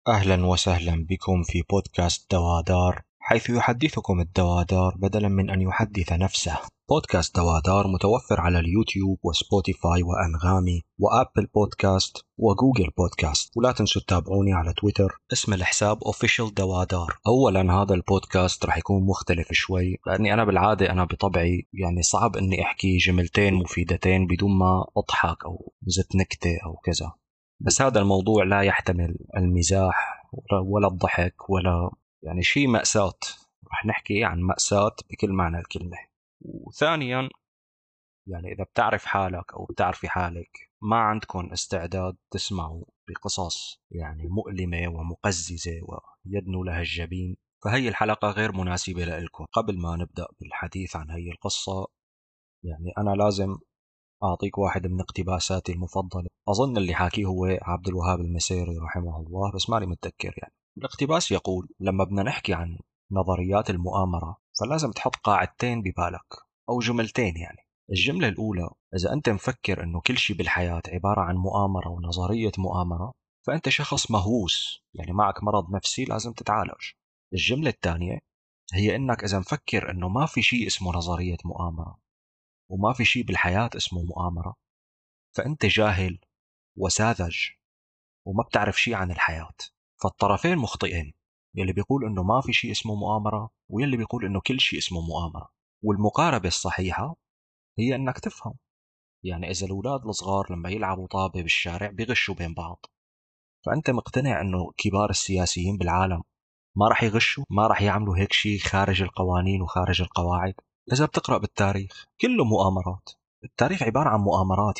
أهلا وسهلا بكم في بودكاست دوادار، حيث يحدثكم الدوادار بدلا من أن يحدث نفسه. بودكاست دوادار متوفر على اليوتيوب وسبوتيفاي وأنغامي وآبل بودكاست وجوجل بودكاست، ولا تنسوا تتابعوني على تويتر، اسم الحساب Official دوادار. أولا هذا البودكاست راح يكون مختلف شوي، لأني أنا بالعادة أنا بطبعي صعب أني أحكي جملتين مفيدتين بدون ما أضحك أو زت نكتة أو كذا. بس هذا الموضوع لا يحتمل المزاح ولا الضحك ولا شيء مأساة. رح نحكي عن مأساة بكل معنى الكلمة. وثانيا إذا بتعرف حالك أو بتعرفي حالك ما عندكم استعداد تسمعوا بقصص مؤلمة ومقززة ويدنو لها الجبين، فهي الحلقة غير مناسبة لإلكم. قبل ما نبدأ بالحديث عن هي القصة أنا لازم أعطيك واحد من اقتباساتي المفضلة. أظن اللي حاكيه هو عبد الوهاب المسيري رحمه الله، بس ماني متذكر. الاقتباس يقول: لما بدنا نحكي عن نظريات المؤامرة فلازم تحط قاعدتين ببالك أو جملتين. الجملة الأولى: إذا أنت مفكر أنه كل شيء بالحياة عبارة عن مؤامرة ونظرية مؤامرة فأنت شخص مهووس، معك مرض نفسي لازم تتعالج. الجملة الثانية هي أنك إذا مفكر أنه ما في شيء اسمه نظرية مؤامرة وما في شيء بالحياة اسمه مؤامرة فأنت جاهل وساذج وما بتعرف شيء عن الحياة. فالطرفين مخطئين، يلي بيقول إنه ما في شيء اسمه مؤامرة ويلي بيقول إنه كل شيء اسمه مؤامرة. والمقاربة الصحيحة هي إنك تفهم. إذا الأولاد الصغار لما يلعبوا طابة بالشارع بيغشوا بين بعض، فأنت مقتنع إنه كبار السياسيين بالعالم ما راح يغشوا، ما راح يعملوا هيك شيء خارج القوانين وخارج القواعد؟ إذا بتقرأ بالتاريخ كله مؤامرات. التاريخ عبارة عن مؤامرات.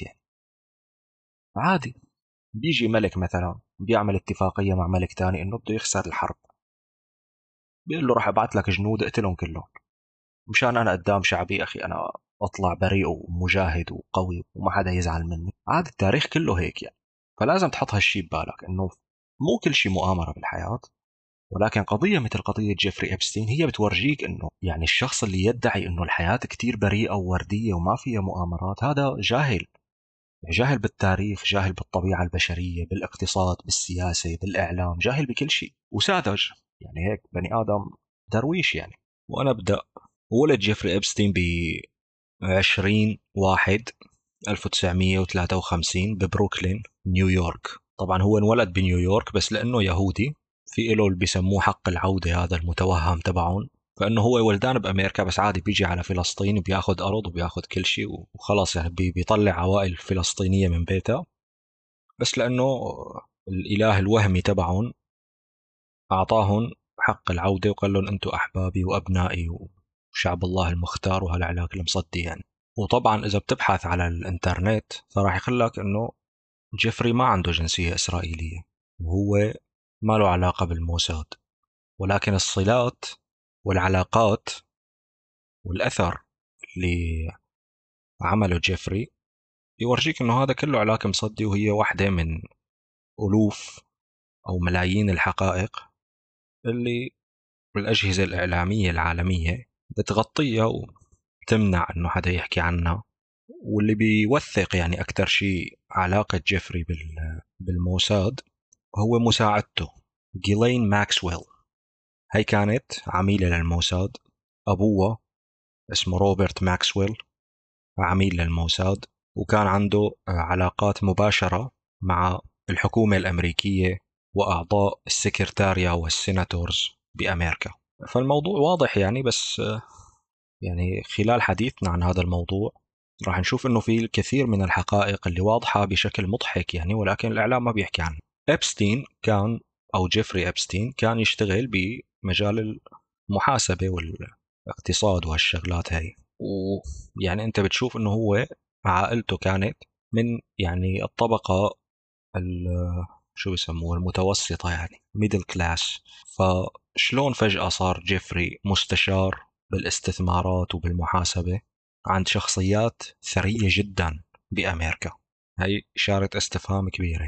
عادي بيجي ملك مثلا بيعمل اتفاقية مع ملك تاني انه بده يخسر الحرب، بيقول له راح ابعث لك جنود اقتلهم كلهم مشان انا قدام شعبي اخي انا اطلع بريء ومجاهد وقوي وما حدا يزعل مني. عاد التاريخ كله هيك. فلازم تحط هالشي ببالك انه مو كل شيء مؤامرة بالحياة. ولكن قضية مثل قضية جيفري إبستين هي بتورجيك انه الشخص اللي يدعي انه الحياة كتير بريئة ووردية وما فيها مؤامرات هذا جاهل. جاهل بالتاريخ، جاهل بالطبيعة البشرية، بالاقتصاد، بالسياسة، بالإعلام، جاهل بكل شيء وساذج. هيك بني آدم درويش وأنا أبدأ. ولد جيفري إبستين ب 20/1/1953 ببروكلين نيويورك. طبعا هو انولد بنيويورك بس لأنه يهودي في إله اللي بيسموه حق العودة، هذا المتوهم تبعهم، فإنه هو ولدان بأمريكا بس عادي بيجي على فلسطين وبياخد أرض وبياخد كل شيء وخلاص. بيطلع عوائل فلسطينية من بيتها، بس لأنه الإله الوهمي تبعهم أعطاهم حق العودة وقال لهم أنتم أحبابي وأبنائي وشعب الله المختار وهالعلاقة المصدي وطبعا إذا بتبحث على الإنترنت فراح يخلك أنه جيفري ما عنده جنسية إسرائيلية وهو ما له علاقة بالموساد، ولكن الصلات والعلاقات والأثر اللي عمله جيفري يورجيك أنه هذا كله علاقة مصدي، وهي واحدة من ألوف أو ملايين الحقائق اللي بالأجهزة الإعلامية العالمية بتغطيها وتمنع أنه حدا يحكي عنها. واللي بيوثق أكثر شيء علاقة جيفري بالموساد هو مساعدته جيلين ماكسويل. هي كانت عميلة للموساد. أبوه اسمه روبرت ماكسويل عميل للموساد، وكان عنده علاقات مباشرة مع الحكومة الأمريكية وأعضاء السكرتاريا والسيناتورز بأمريكا. فالموضوع واضح بس خلال حديثنا عن هذا الموضوع راح نشوف انه في الكثير من الحقائق اللي واضحة بشكل مضحك ولكن الإعلام ما بيحكي عنها. إبستين كان أو جيفري إبستين كان يشتغل بمجال المحاسبة والاقتصاد وهالشغلات هاي. أنت بتشوف انه هو عائلته كانت من الطبقة شو بيسموه المتوسطة، ميدل كلاس. فشلون فجأة صار جيفري مستشار بالاستثمارات وبالمحاسبة عند شخصيات ثرية جدا بأمريكا؟ هي إشارة استفهام كبيرة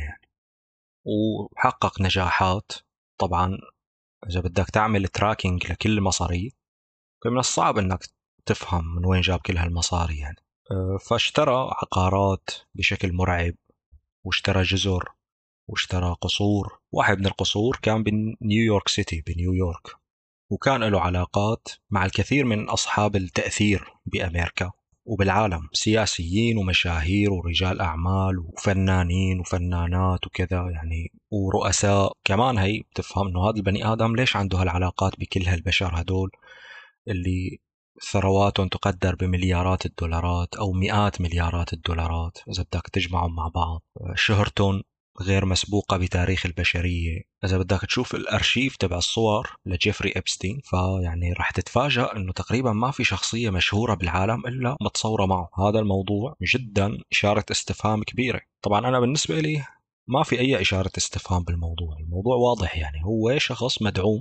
وحقق نجاحات. طبعا إذا بدك تعمل تراكينج لكل مصاري فمن الصعب أنك تفهم من وين جاب كل هالمصاري فاشترى عقارات بشكل مرعب واشترى جزر واشترى قصور. واحد من القصور كان بنيويورك سيتي بنيويورك، وكان له علاقات مع الكثير من أصحاب التأثير بأمريكا وبالعالم، سياسيين ومشاهير ورجال أعمال وفنانين وفنانات وكذا يعني، ورؤساء كمان. هي بتفهم إنه هذا البني آدم ليش عنده هالعلاقات بكل هالبشر هدول اللي ثرواتهم تقدر بمليارات الدولارات أو مئات مليارات الدولارات إذا بدك تجمعهم مع بعض. شهرتهم غير مسبوقة بتاريخ البشرية. إذا بدك تشوف الأرشيف تبع الصور لجيفري إبستين فيعني راح تتفاجأ إنه تقريبا ما في شخصية مشهورة بالعالم إلا متصورة معه. هذا الموضوع جدا إشارة استفهام كبيرة. طبعا أنا بالنسبة لي ما في أي إشارة استفهام بالموضوع، الموضوع واضح يعني. هو شخص مدعوم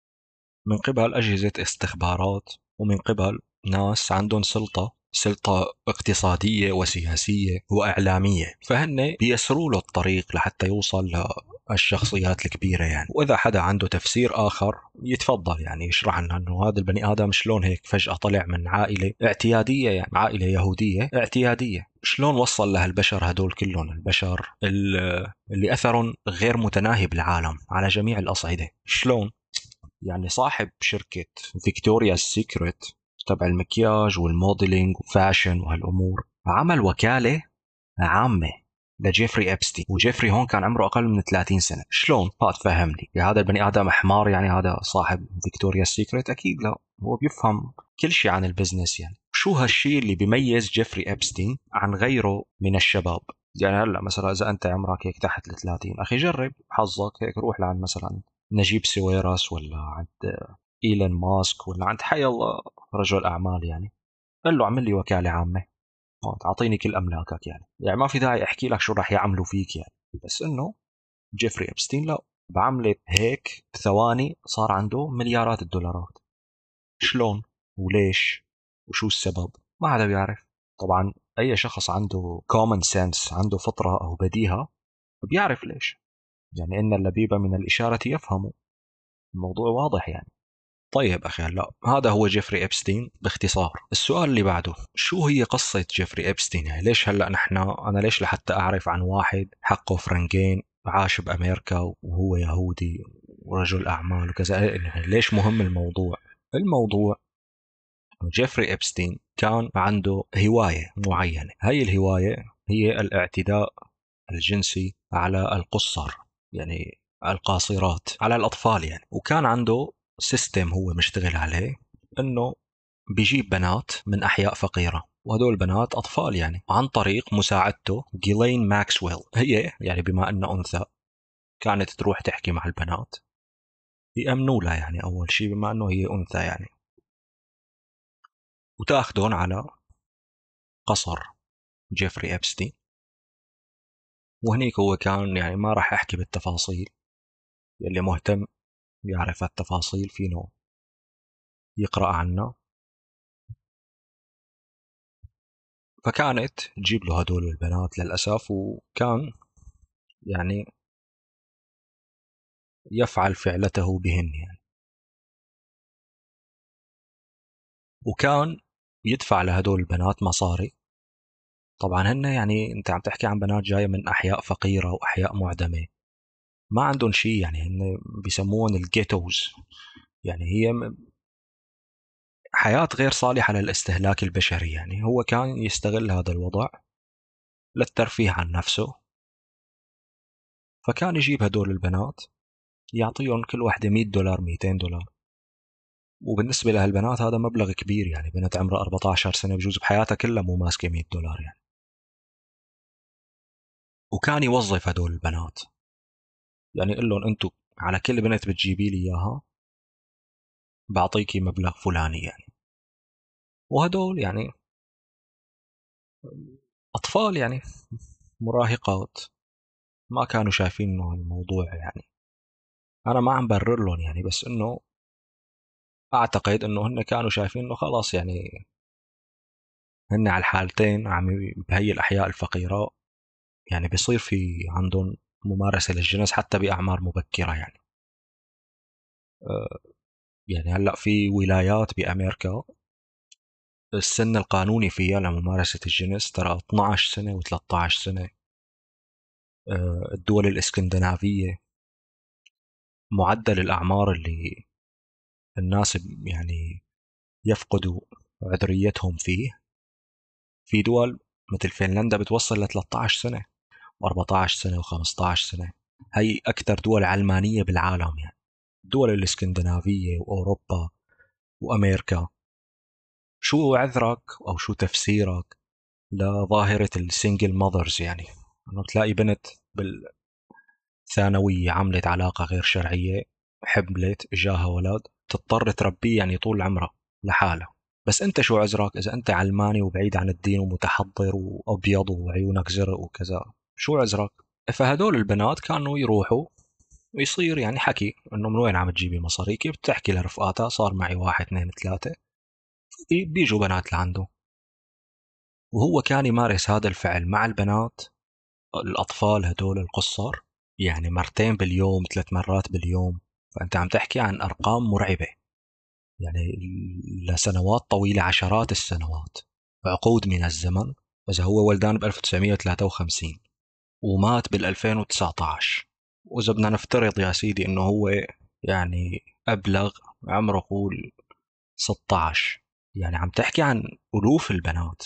من قبل أجهزة استخبارات ومن قبل ناس عندهم سلطة اقتصادية وسياسية وإعلامية، فهن بيسروا له الطريق لحتى يوصل للشخصيات الكبيرة يعني. وإذا حدا عنده تفسير آخر يتفضل يعني يشرح لنا أنه هذا البني آدم شلون هيك فجأة طلع من عائلة اعتيادية، يعني عائلة يهودية اعتيادية، شلون وصل لهالبشر هدول كلهم، البشر اللي أثرهم غير متناهي بالعالم على جميع الأصعدة. شلون يعني صاحب شركة فيكتوريا سيكريت تبع المكياج والموديلينج وفاشن وهالأمور عمل وكالة عامة لجيفري أبستين، وجيفري هون كان عمره أقل من 30 سنة. شلون؟ هات فهمني. يا هذا البني آدم حمار يعني هذا صاحب فيكتوريا سيكريت؟ أكيد لا، هو بيفهم كل شيء عن البزنس يعني. شو هالشيء اللي بيميز جيفري أبستين عن غيره من الشباب؟ يعني هلا مثلا إذا أنت عمرك هيك تحت ال 30 أخي جرب حظك هيك، روح لعند مثلا نجيب سويرس ولا عند إيلون ماسك ولا عند حي الله رجل أعمال يعني، قال له اعمل لي وكالة عامة، تعطيني كل أملاكك يعني ما في داعي أحكي لك شو راح يعملوا فيك يعني. بس إنه جيفري إبستين لا، بعملة هيك ثواني صار عنده مليارات الدولارات. شلون وليش وشو السبب؟ ما حدا بيعرف. طبعا أي شخص عنده common sense، عنده فطرة أو بديهة، بيعرف ليش. يعني إن اللبيب من الإشارة يفهم. الموضوع واضح يعني. طيب أخي هلا هذا هو جيفري إبستين باختصار. السؤال اللي بعده، شو هي قصة جيفري إبستين؟ يعني ليش هلا أنا ليش لحتى أعرف عن واحد حقه فرنكين عاش بأمريكا وهو يهودي ورجل أعمال وكذا، يعني ليش مهم الموضوع؟ الموضوع جيفري إبستين كان عنده هواية معينة. هاي الهواية هي الاعتداء الجنسي على القُصّر، يعني القاصرات، على الأطفال يعني. وكان عنده سيستم هو مشتغل عليه إنه بيجيب بنات من أحياء فقيرة، وهدول البنات أطفال يعني، عن طريق مساعدته جيلين ماكسويل. هي يعني بما أنها أنثى كانت تروح تحكي مع البنات يأمنوا لها يعني أول شيء بما أنه هي أنثى يعني، وتاخدهم على قصر جيفري إبستين. وهنيك هو كان يعني ما راح أحكي بالتفاصيل، اللي مهتم يعرف التفاصيل فينه يقرأ عنها. فكانت تجيب له هدول البنات للأسف، وكان يعني يفعل فعلته بهن يعني. وكان يدفع لهدول البنات مصاري. طبعا هن يعني انت عم تحكي عن بنات جاية من أحياء فقيرة وأحياء معدمة، ما عندهم شيء يعني، هن بيسموهم الجيتوز. يعني هي حياة غير صالحة للاستهلاك البشري يعني. هو كان يستغل هذا الوضع للترفيه عن نفسه. فكان يجيب هدول البنات يعطيهم كل واحدة $100 $200. وبالنسبة لهالبنات هذا مبلغ كبير يعني، بنت عمرها 14 سنة بجوز بحياتها كلها مو ماسكة $100 يعني. وكان يوظف هدول البنات، يعني يقول لهم انتم على كل بنت بتجيبي لي اياها بعطيكي مبلغ فلاني يعني. وهدول يعني اطفال يعني، مراهقات، ما كانوا شايفين انه الموضوع يعني، انا ما عم برر لهم يعني، بس انه اعتقد انه هن كانوا شايفين انه خلاص يعني هن على الحالتين بهي الاحياء الفقيرة يعني بيصير في عندهم ممارسة للجنس حتى بأعمار مبكرة يعني. يعني هلأ في ولايات بأمريكا السن القانوني فيها لممارسة الجنس ترى 12 سنة و13 سنة. الدول الإسكندنافية، معدل الأعمار اللي الناس يعني يفقدوا عذريتهم فيه، في دول مثل فنلندا بتوصل ل 13 سنة و14 سنة و15 سنة. هي أكثر دول علمانية بالعالم يعني، الدول الإسكندنافية وأوروبا وأمريكا. شو عذرك أو شو تفسيرك لظاهرة السنجل ماذرز؟ يعني أنه تلاقي بنت بالثانوية عملت علاقة غير شرعية، حبلت، إجاها ولد، تضطر تربيه يعني طول عمرها لحالها. بس أنت شو عذرك إذا أنت علماني وبعيد عن الدين ومتحضر وأبيض وعيونك زرق وكذا؟ شو عذرك؟ فهدول البنات كانوا يروحوا ويصير يعني حكي انه من وين عم تجيبي مصاري، كيف بتحكي لرفقاتها صار معي واحد اثنين ثلاثة، بيجوا بنات لعنده. وهو كان يمارس هذا الفعل مع البنات، الأطفال هدول القصر، يعني مرتين باليوم، 3 مرات باليوم. فأنت عم تحكي عن أرقام مرعبة، يعني لسنوات طويلة، عشرات السنوات، عقود من الزمن. إذا هو ولدان ب 1953 ومات بال 2019، وإذا بدنا نفترض يا سيدي إنه هو يعني أبلغ، عمره قول 16، يعني عم تحكي عن ألوف البنات.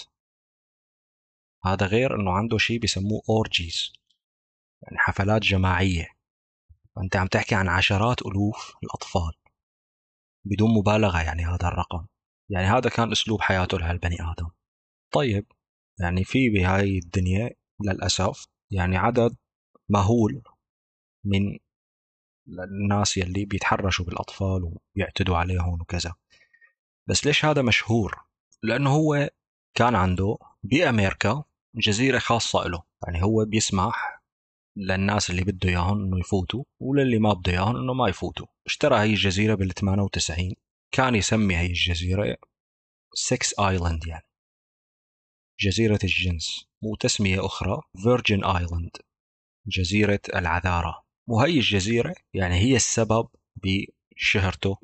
هذا غير إنه عنده شيء بيسموه أورجيز، يعني حفلات جماعية. فأنت عم تحكي عن عشرات ألوف الأطفال، بدون مبالغة يعني هذا الرقم. يعني هذا كان أسلوب حياته لهالبني آدم. طيب، يعني في بهاي الدنيا للأسف يعني عدد مهول من الناس يلي بيتحرشوا بالأطفال ويعتدوا عليهم وكذا. بس ليش هذا مشهور؟ لأنه هو كان عنده بأمريكا جزيرة خاصة له، يعني هو بيسمح للناس اللي بده إياهم إنه يفوتوا، وللي ما بده إياهم إنه ما يفوتوا. اشترى هي الجزيرة بال 98، كان يسمي هي الجزيرة سكس آيلاند، يعني جزيرة الجنس، وتسمية أخرى فيرجن آيلاند، جزيرة العذارى. وهي الجزيرة يعني هي السبب بشهرته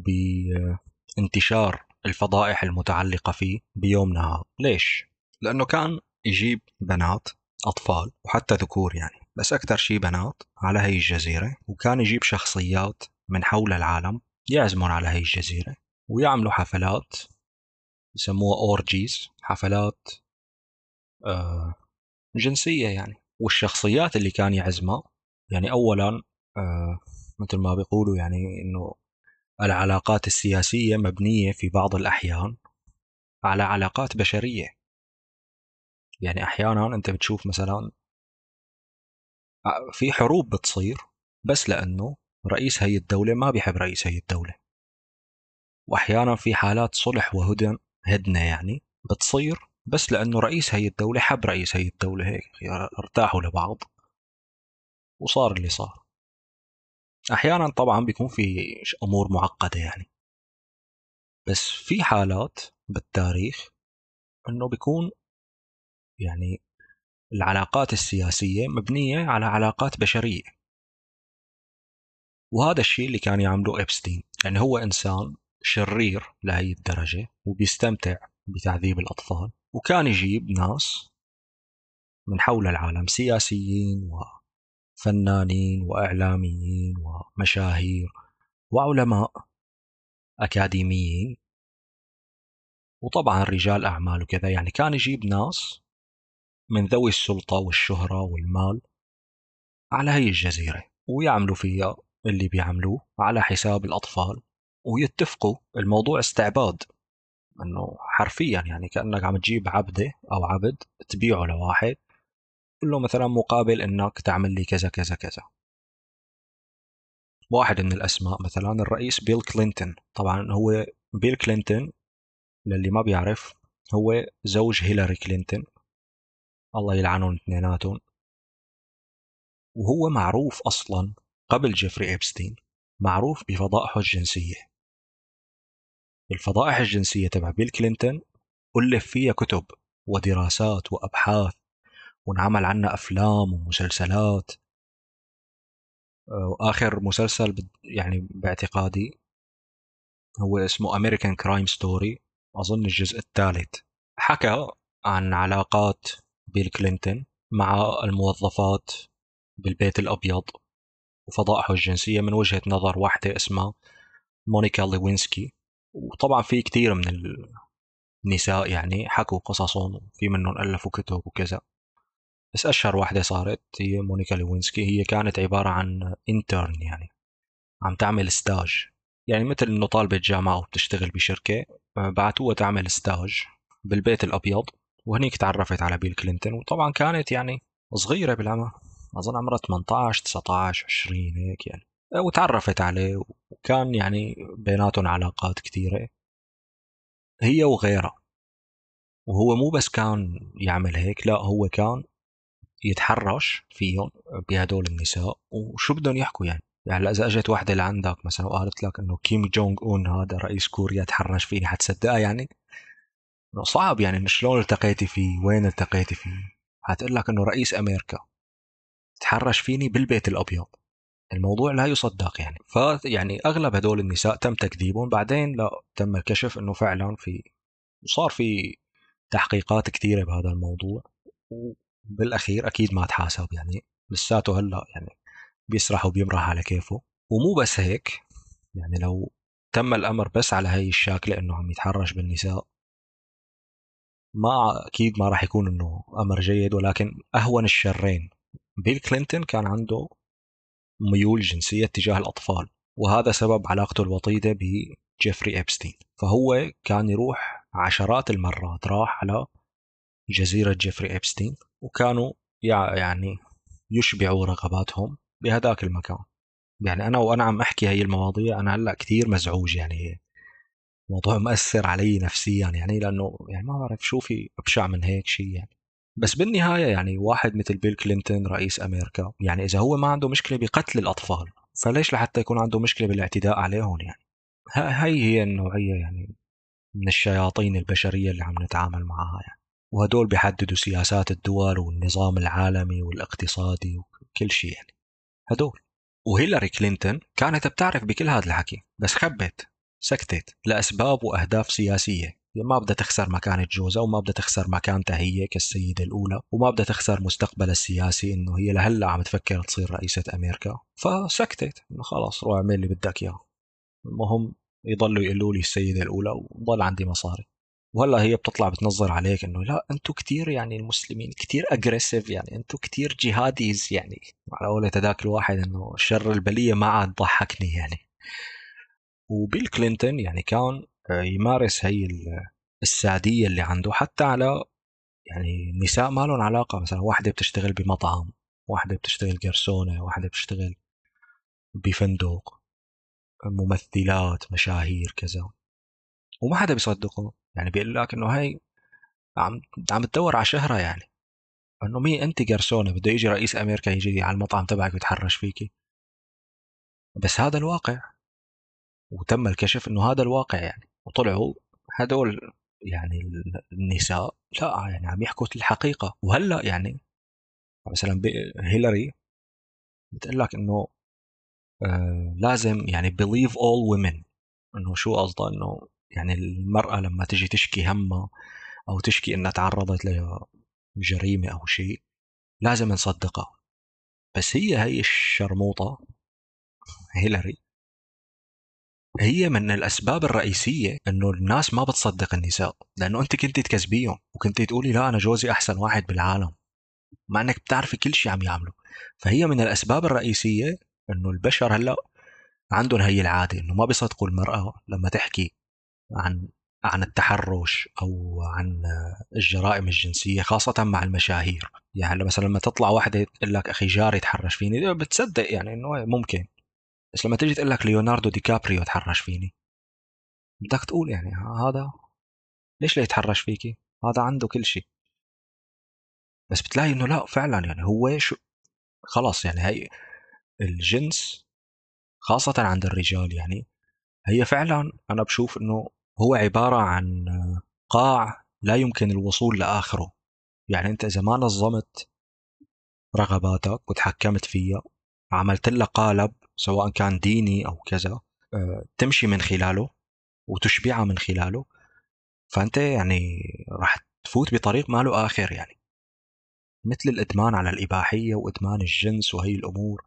وبانتشار الفضائح المتعلقة فيه بيومنا هذا. ليش؟ لأنه كان يجيب بنات، أطفال وحتى ذكور يعني، بس أكثر شي بنات على هي الجزيرة، وكان يجيب شخصيات من حول العالم يعزمون على هي الجزيرة ويعملوا حفلات يسموها أورجيز، حفلات جنسية يعني. والشخصيات اللي كان يعزمها يعني أولا، مثل ما بيقولوا يعني إنه العلاقات السياسية مبنية في بعض الأحيان على علاقات بشرية. يعني أحيانا أنت بتشوف مثلا في حروب بتصير بس لأنه رئيس هي الدولة ما بيحب رئيس هي الدولة. وأحيانا في حالات صلح هدنة يعني بتصير بس لأنه رئيس هي الدولة حب رئيس هي الدولة، هيك ارتاحوا لبعض وصار اللي صار. أحيانا طبعا بيكون في أمور معقدة يعني، بس في حالات بالتاريخ أنه بيكون يعني العلاقات السياسية مبنية على علاقات بشرية. وهذا الشيء اللي كان يعمله إبستين، يعني هو إنسان شرير لهي الدرجة وبيستمتع بتعذيب الأطفال، وكان يجيب ناس من حول العالم، سياسيين وفنانين وإعلاميين ومشاهير وعلماء أكاديميين، وطبعا رجال أعمال وكذا. يعني كان يجيب ناس من ذوي السلطة والشهرة والمال على هي الجزيرة، ويعملوا فيها اللي بيعملوه على حساب الأطفال، ويتفقوا. الموضوع استعباد، أنه حرفيا يعني كأنك عم تجيب عبدة أو عبد تبيعه لواحد، تقول له مثلا مقابل أنك تعمل لي كذا كذا كذا. واحد من الأسماء مثلا الرئيس بيل كلينتون. طبعا هو بيل كلينتون للي ما بيعرف هو زوج هيلاري كلينتون، الله يلعنهم اثنيناتهم. وهو معروف أصلا قبل جيفري إبستين، معروف بفضائحه الجنسية. الفضائح الجنسية تبع بيل كلينتون ألف فيها كتب ودراسات وأبحاث، ونعمل عنها أفلام ومسلسلات. وآخر مسلسل يعني باعتقادي هو اسمه أمريكان كرايم ستوري، أظن الجزء الثالث، حكى عن علاقات بيل كلينتون مع الموظفات بالبيت الأبيض وفضائحه الجنسية من وجهة نظر واحدة اسمها مونيكا ليوينسكي. وطبعا في كثير من النساء يعني حكوا قصصهم، في منهم ألفوا كتب وكذا، بس أشهر واحدة صارت هي مونيكا ليوينسكي. هي كانت عبارة عن انترن، يعني عم تعمل ستاج، يعني مثل إنه طالبة جامعة وبتشتغل بشركة، بعتوها تعمل ستاج بالبيت الأبيض. وهنيك تعرفت على بيل كلينتون، وطبعا كانت يعني صغيرة بالعمر، أظن عمرها 18 19 20 هيك يعني. وتعرفت عليه، وكان يعني بيناتهم علاقات كثيرة هي وغيرها. وهو مو بس كان يعمل هيك، لا هو كان يتحرش فيهم، بهدول النساء، وشو بدهم يحكوا يعني. يعني إذا اجت واحدة لعندك مثلا وقالت لك انه كيم جونج اون هذا رئيس كوريا تحرش فيني، حتصدقها يعني؟ إنه صعب يعني، إنه شلون التقيتي فيه، وين التقيتي فيه. حتقول لك انه رئيس امريكا تحرش فيني بالبيت الابيض. الموضوع لا يصدق يعني. فيعني اغلب هدول النساء تم تكذيبهم، بعدين لا تم الكشف انه فعلا في، وصار في تحقيقات كثيرة بهذا الموضوع. وبالاخير اكيد ما تحاسب يعني، لساته هلا يعني بيسرح وبيمرح على كيفه. ومو بس هيك، يعني لو تم الأمر بس على هاي الشاكلة إنه عم يتحرش بالنساء، ما أكيد ما راح يكون إنه أمر جيد، ولكن أهون الشرين. بيل كلينتون كان عنده ميول جنسية تجاه الأطفال، وهذا سبب علاقته الوطيدة بجيفري إبستين. فهو كان يروح عشرات المرات، راح على جزيرة جيفري إبستين، وكانوا يعني يشبعوا رغباتهم بهذاك المكان. يعني أنا وأنا عم أحكي هاي المواضيع أنا هلأ كثير مزعوج، يعني موضوع مؤثر علي نفسيا، يعني لأنه يعني ما بعرف شو في أبشع من هيك شيء يعني. بس بالنهاية يعني واحد مثل بيل كلينتون رئيس أمريكا، يعني إذا هو ما عنده مشكلة بقتل الأطفال، فليش لحتى يكون عنده مشكلة بالاعتداء عليهم يعني؟ هاي هي النوعية يعني من الشياطين البشرية اللي عم نتعامل معها يعني. وهدول بيحددوا سياسات الدول والنظام العالمي والاقتصادي وكل شيء يعني، هدول. وهيلاري كلينتون كانت بتعرف بكل هذا الحكي، بس خبت، سكتت لأسباب وأهداف سياسية. هي ما بدها تخسر مكانة جوزها، وما بدها تخسر مكانتها هي كالسيدة الأولى، وما بدها تخسر مستقبلها السياسي، إنه هي لهلا عم تفكر تصير رئيسة أمريكا. فسكتت إنه خلاص روح اعمل اللي بدك إياه، المهم يضلوا يقولوا لي السيدة الأولى وضل عندي مصاري. وهلا هي بتطلع بتنظر عليك انه لا انتم كتير يعني المسلمين كتير اجريسيف، يعني انتم كتير جهاديز يعني. على قولة هذاك الواحد انه شر البلية ما عاد ضحكني يعني. وبيل كلينتون يعني كان يمارس هي السادية اللي عنده حتى على يعني نساء ما لهم علاقة. مثلا واحدة بتشتغل بمطعم، واحدة بتشتغل قرصونة، واحدة بتشتغل بفندق، ممثلات مشاهير كذا، وما حدا بيصدقه. يعني بيقول لك انه هاي عم عم تدور على شهرة يعني، انه مين انت قرصونة بده يجي رئيس امريكا يجي على المطعم تبعك ويتحرش فيكي. بس هذا الواقع، وتم الكشف انه هذا الواقع يعني. وطلعوا هدول يعني النساء لا يعني عم يحكوا الحقيقة. وهلا يعني مثلا هيلاري بتقول لك انه لازم يعني believe all women. انه شو قصده؟ انه يعني المرأة لما تجي تشكي همها او تشكي انها تعرضت لجريمة او شيء لازم نصدقها. بس هي الشرموطة هيلاري، هي من الأسباب الرئيسية إنه الناس ما بتصدق النساء، لأنه أنت كنت تكذبيهم وكنت تقولي لا أنا جوزي أحسن واحد بالعالم، مع إنك بتعرفي كل شيء عم يعمله. فهي من الأسباب الرئيسية إنه البشر هلأ عندهم هي العادة إنه ما بيصدقوا المرأة لما تحكي عن التحرش أو عن الجرائم الجنسية، خاصة مع المشاهير. يعني مثلا لما تطلع واحدة تقول لك أخي جاري تحرش فيني، بتصدق يعني إنه ممكن. بس لما تيجي تقول لك ليوناردو دي كابريو تحرش فيني، بدك تقول يعني هذا ليش لا يتحرش فيكي، هذا عنده كل شيء. بس بتلاقي انه لا فعلا يعني هو شو، خلاص يعني هي الجنس خاصة عند الرجال يعني، هي فعلا انا بشوف انه هو عبارة عن قاع لا يمكن الوصول لآخره. يعني انت اذا ما نظمت رغباتك وتحكمت فيها، عملت لها قالب سواء كان ديني او كذا، تمشي من خلاله وتشبعها من خلاله، فانت يعني راح تفوت بطريق ما له اخر يعني. مثل الإدمان على الإباحية وإدمان الجنس وهي الأمور.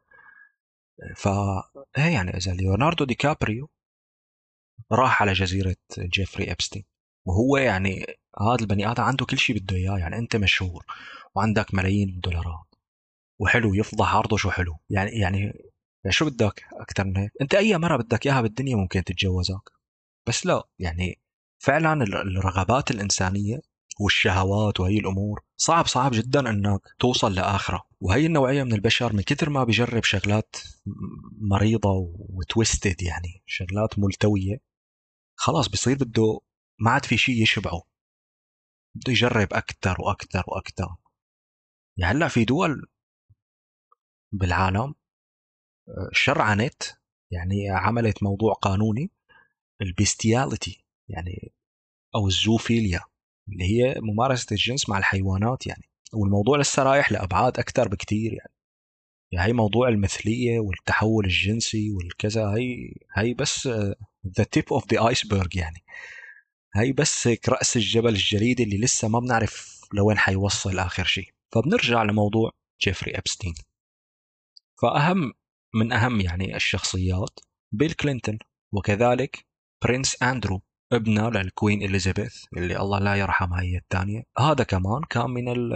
فهي يعني إذا ليوناردو دي كابريو راح على جزيرة جيفري إبستين، وهو يعني هذا البني آدم عنده كل شيء بده إياه، يعني أنت مشهور وعندك ملايين الدولارات وحلو يفضح عرضه شو حلو، يعني شو بدك أكثر من هيك؟ أنت أي مرة بدك إياها بالدنيا ممكن تتجوزك. بس لا يعني فعلا الرغبات الإنسانية والشهوات وهي الأمور صعب جدا أنك توصل لآخرة. وهي النوعية من البشر من كثر ما بيجرب شغلات مريضة وتويستد، يعني شغلات ملتوية، خلاص بصير بده ما عاد في شيء يشبعه، بده يجرب أكثر وأكثر وأكثر. يعني هلا في دول بالعالم شرعنت، يعني عملت موضوع قانوني، البيستياليتي يعني، أو الزوفيليا، اللي هي ممارسة الجنس مع الحيوانات يعني. والموضوع لسه رايح لأبعاد أكثر بكثير يعني هي موضوع المثلية والتحول الجنسي والكذا، هي بس the tip of the iceberg يعني. هي بس هيك رأس الجبل الجليدي اللي لسه ما بنعرف لوين حيوصل آخر شيء. فبنرجع لموضوع جيفري أبستين. فأهم من أهم يعني الشخصيات بيل كلينتون، وكذلك برنس أندرو ابنه للكوين إليزابيث اللي الله لا يرحمها هي الثانية. هذا كمان كان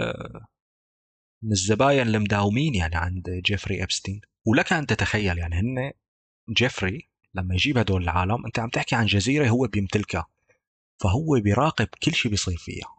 من الزباين المداومين يعني عند جيفري أبستين. ولك أن تتخيل يعني هن جيفري لما يجيب هدول العالم، أنت عم تحكي عن جزيرة هو بيمتلكها، فهو بيراقب كل شيء بيصير فيها.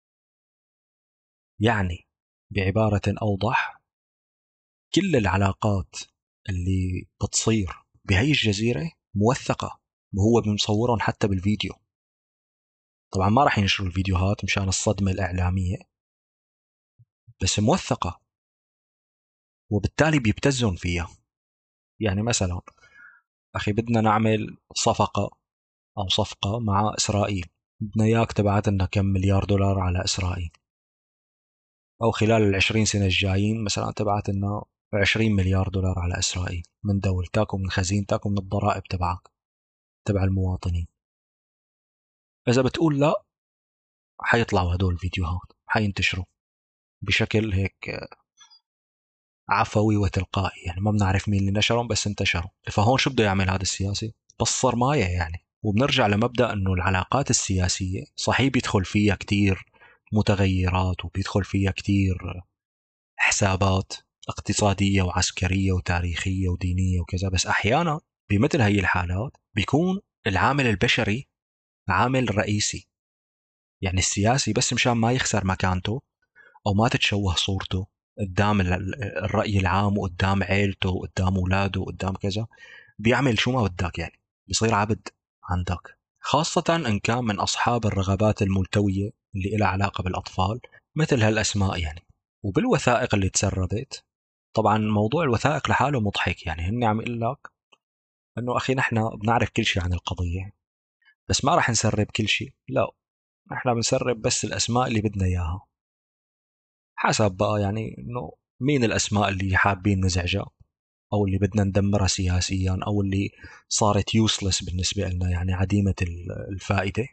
يعني بعبارة أوضح، كل العلاقات اللي بتصير بهي الجزيرة موثقة، وهو بمصورهم حتى بالفيديو. طبعا ما راح ينشروا الفيديوهات مشان الصدمة الإعلامية، بس موثقة، وبالتالي بيبتزون فيها. يعني مثلا أخي بدنا نعمل صفقة أو صفقة مع إسرائيل، بدنا إياك تبعت لنا كم مليار دولار على إسرائيل، أو خلال ال20 سنة الجايين مثلا تبعت لنا 20 مليار دولار على إسرائيل من دولتك ومن خزينتك ومن الضرائب تبعك تبع المواطنين. إذا بتقول لا، حيطلعوا هدول الفيديوهات حينتشروا بشكل هيك عفوي وتلقائي، يعني ما بنعرف مين اللي نشرهم بس انتشروا. فهون شو بده يعمل هذا السياسي؟ بصر مايه يعني. وبنرجع لمبدأ انه العلاقات السياسية صحيح بيدخل فيها كتير متغيرات، وبيدخل فيها كتير حسابات اقتصادية وعسكرية وتاريخية ودينية وكذا، بس أحيانا بمثل هي الحالات بيكون العامل البشري عامل رئيسي. يعني السياسي بس مشان ما يخسر مكانته أو ما تتشوه صورته قدام الرأي العام وقدام عيلته وقدام أولاده وقدام كذا، بيعمل شو ما بدك يعني، بيصير عبد عندك. خاصة إن كان من أصحاب الرغبات الملتوية اللي إلها علاقة بالأطفال مثل هالأسماء يعني. وبالوثائق اللي تسربت، طبعا موضوع الوثائق لحاله مضحك، يعني هن عم يقول لك انه اخي نحن بنعرف كل شيء عن القضيه، بس ما راح نسرب كل شيء. لا، نحن بنسرب بس الاسماء اللي بدنا اياها، حسب بقى يعني انه مين الاسماء اللي حابين نزعجها، او اللي بدنا ندمرها سياسيا، او اللي صارت يوسلس بالنسبه لنا يعني عديمه الفائده.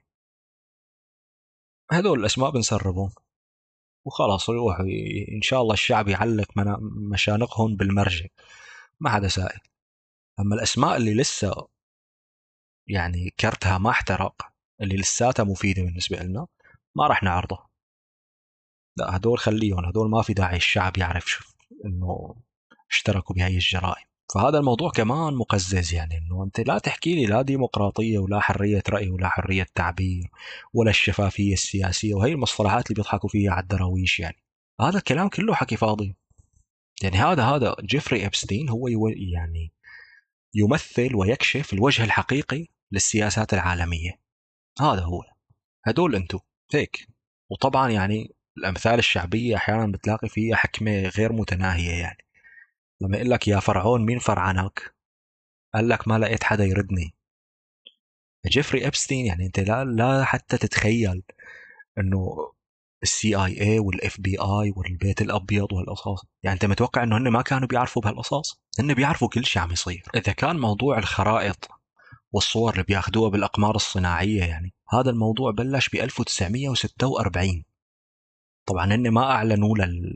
هذول الاسماء بنسربهم وخلاص يروحوا ان شاء الله الشعب يعلق مشانقهم بالمرجع، ما حدا سائل. اما الاسماء اللي لسه يعني كرتها ما احترق، اللي لساتها مفيدة بالنسبة لنا، ما راح نعرضها. لا هدول خليهم، هدول ما في داعي الشعب يعرف شو انه اشتركوا بهاي الجرائم. فهذا الموضوع كمان مقزز، يعني انه انت لا تحكي لي لا ديمقراطية ولا حرية رأي ولا حرية تعبير ولا الشفافية السياسية وهي المصطلحات اللي بيضحكوا فيها على الدراويش يعني. هذا الكلام كله حكي فاضي. يعني هذا جيفري إبستين هو يعني يمثل ويكشف الوجه الحقيقي للسياسات العالمية. هذا هو، هدول انتو هيك. وطبعا يعني الامثال الشعبيه احيانا بتلاقي فيها حكمه غير متناهيه، يعني لما يقول لك يا فرعون مين فرعنك، قال لك ما لقيت حدا يردني. جيفري ابستين يعني انت لا حتى تتخيل انه السي اي اي والاف بي اي والبيت الابيض والقصص، يعني انت متوقع انه هن ما كانوا بيعرفوا بهالقصص؟ هن بيعرفوا كل شيء عم يصير. اذا كان موضوع الخرائط والصور اللي بياخذوها بالاقمار الصناعيه، يعني هذا الموضوع بلش ب 1946. طبعا هن ما اعلنوا